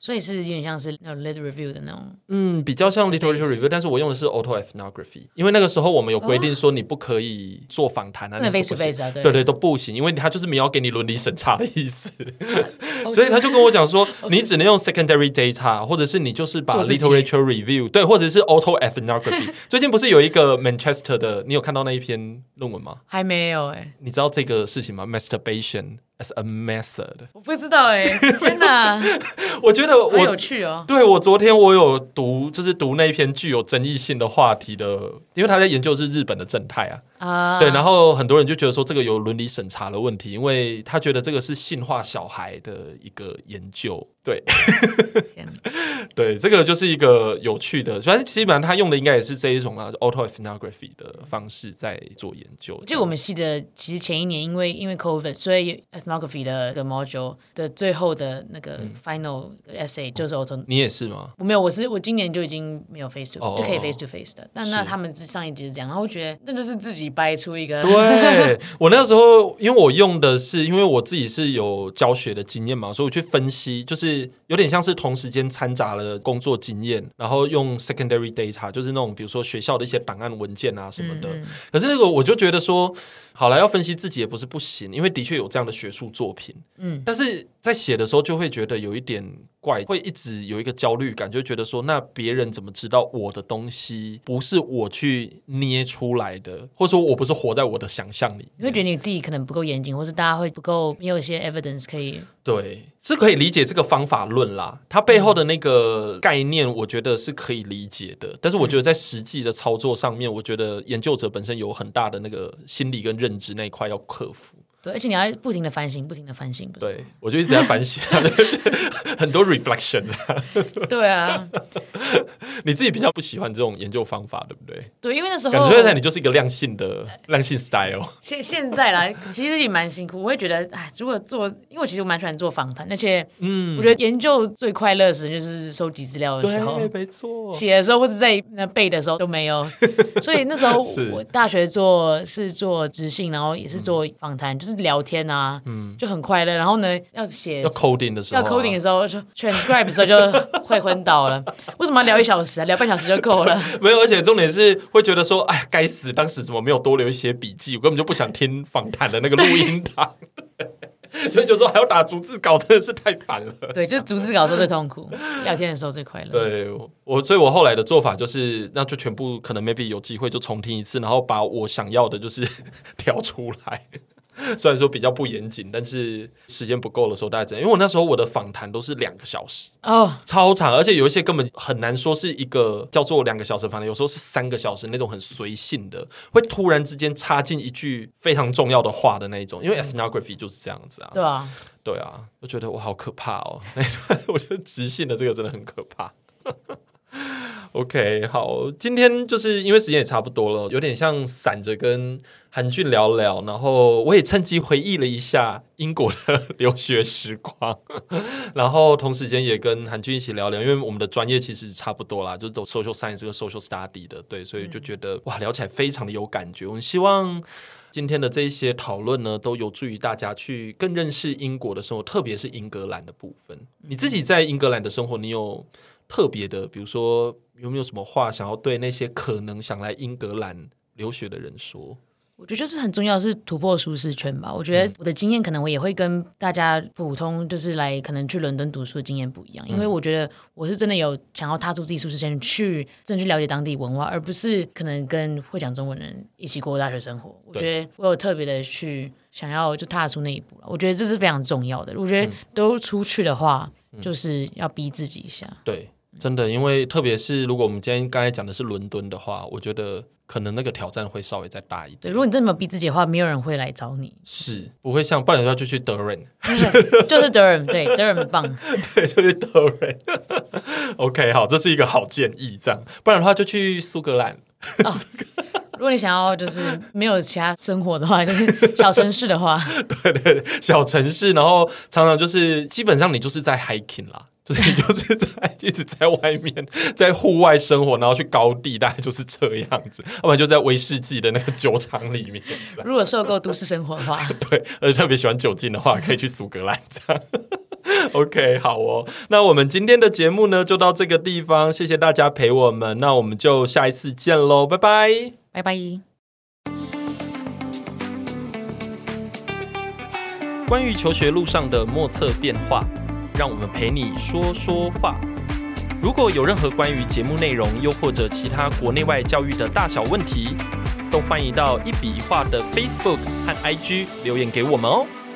所以是有点像是那种 lit review 的那种， 嗯，比较像 literature review， 但是我用的是 auto ethnography， 因为那个时候我们有规定说你不可以做访谈啊， 那 face to face 啊，对对对都不行，因为他就是没有要给你伦理审查的意思，所以他就跟我讲说，你只能用 secondary data， 或者是你就是把 literature review， 对，或者是 auto ethnography。最近不是有一个 Manchester 的，你有看到那一篇论文吗？ 还没有哎、欸， 你知道这个事情吗 ？Masturbation as a method， 我不知道哎、欸，天哪！ 我觉得我好有趣哦。 对，我昨天我有读，就是读那篇具有争议性的话题的，因为他在研究是日本的正太啊，啊对，然后很多人就觉得说这个有伦理审查的问题，因为他觉得这个是性化小孩的一个研究，对，对，这个就是一个有趣的，反正基本上他用的应该也是这一种啊 auto ethnography 的方式在做研究。 就我们系的其实前一年因为因为 COVID， 所以 ethnography 的的 module 的最后的那个 final essay 就是 auto。 你也是吗？ 我没有，我是我今年就已经没有 face to、oh, 就可以 face to face 的。但那他们上一集是这样，然后我觉得那就是自己掰出一个。 对，我那时候因为我用的是，因为我自己是有教学的经验嘛，所以我去分析，就是有点像是同时间掺杂了工作经验，然后用 secondary data， 就是那种比如说学校的一些档案文件啊什么的。嗯嗯可是那个我就觉得说，好了，要分析自己也不是不行，因为的确有这样的学术作品。嗯，但是在写的时候就会觉得有一点怪，会一直有一个焦虑感，就觉得说，那别人怎么知道我的东西不是我去捏出来的，或者说我不是活在我的想象里？ 你会觉得你自己可能不够严谨，或是大家会不够没有一些 evidence 可以。 对，是可以理解这个方法论啦，它背后的那个概念我觉得是可以理解的，但是我觉得在实际的操作上面，我觉得研究者本身有很大的那个心理跟认知那一块要克服。 对，而且你要不停的反省，不停的反省。 对，我就一直在反省，很多 reflection。 对啊， 你自己比较不喜欢这种研究方法，对不对？ 对，因为那时候感觉你就是一个量性的量性 style。 现现在啦，其实也蛮辛苦。我会觉得，哎，如果做，因为我其实我蛮喜欢做访谈，而且，嗯，我觉得研究最快乐的时就是收集资料的时候， 对，没错。 写的时候或者在那背的时候都没有，所以那时候我大学做是做执行，然后也是做访谈，嗯、就是聊天啊，嗯，就很快乐。然后呢，要写要 coding 的时候、啊， 要 coding 的时候，就 transcribe 的时候就会昏倒了。为什么要聊一小时啊？聊半小时就够了。 没有，而且重点是会觉得说，哎，该死，当时怎么没有多留一些笔记？我根本就不想听访谈的那个录音档。所以就说还要打逐字稿，真的是太烦了。 对，就逐字稿的时候最痛苦，聊天的时候最快乐。 对，我所以我后来的做法就是，那就全部可能 maybe 有机会就重听一次，然后把我想要的就是挑出来。虽然说比较不严谨，但是时间不够的时候大概怎样？因为我那时候我的访谈都是两个小时哦， oh. 超长，而且有一些根本很难说是一个叫做两个小时访谈，有时候是三个小时那种很随性的，会突然之间插进一句非常重要的话的那一种。因为 ethnography 就是这样子啊， 对啊， 对啊，我觉得我好可怕哦，我觉得即兴的这个真的很可怕。OK， 好，今天就是因为时间也差不多了，有点像散着跟韩俊聊聊，然后我也趁机回忆了一下英国的留学时光，然后同时间也跟韩俊一起聊聊，因为我们的专业其实差不多啦，就是都 social science 跟 social study 的，对，所以就觉得哇，聊起来非常的有感觉。我们希望今天的这一些讨论呢，都有助于大家去更认识英国的生活，特别是英格兰的部分。你自己在英格兰的生活，你有特别的，比如说有没有什么话想要对那些可能想来英格兰留学的人说？ 我觉得就是很重要的是突破舒适圈吧。我觉得我的经验可能我也会跟大家普通就是来可能去伦敦读书的经验不一样，因为我觉得我是真的有想要踏出自己舒适圈去真的去了解当地文化，而不是可能跟会讲中文人一起过大学生活。我觉得我有特别的去想要就踏出那一步，我觉得这是非常重要的。我觉得都出去的话、嗯、就是要逼自己一下。 对，真的，因为特别是如果我们今天刚才讲的是伦敦的话，我觉得可能那个挑战会稍微再大一点。 对，如果你真的没有逼自己的话，没有人会来找你。 是，不会像，不然的话就去德仁， 就是 Durham， 对 Durham 很棒， 对，就去德仁。OK， 好，这是一个好建议，这样，不然的话就去苏格兰。 哦如果你想要就是没有其他生活的话，就是小城市的话， 对对对，小城市，然后常常就是基本上你就是在 hiking 啦，就是你就是在一直在外面在户外生活，然后去高地，大概就是这样子，要不然就在威士忌的那个酒厂里面。如果受够都市生活的话， 对，而且特别喜欢酒精的话，可以去苏格兰这样。 OK， 好哦。那我们今天的节目呢，就到这个地方，谢谢大家陪我们。那我们就下一次见喽，拜拜， 拜拜。 关于求学路上的莫测变化，让我们陪你说说话。如果有任何关于节目内容，又或者其他国内外教育的大小问题，都欢迎到一笔一画的 Facebook 和 I G 留言给我们哦。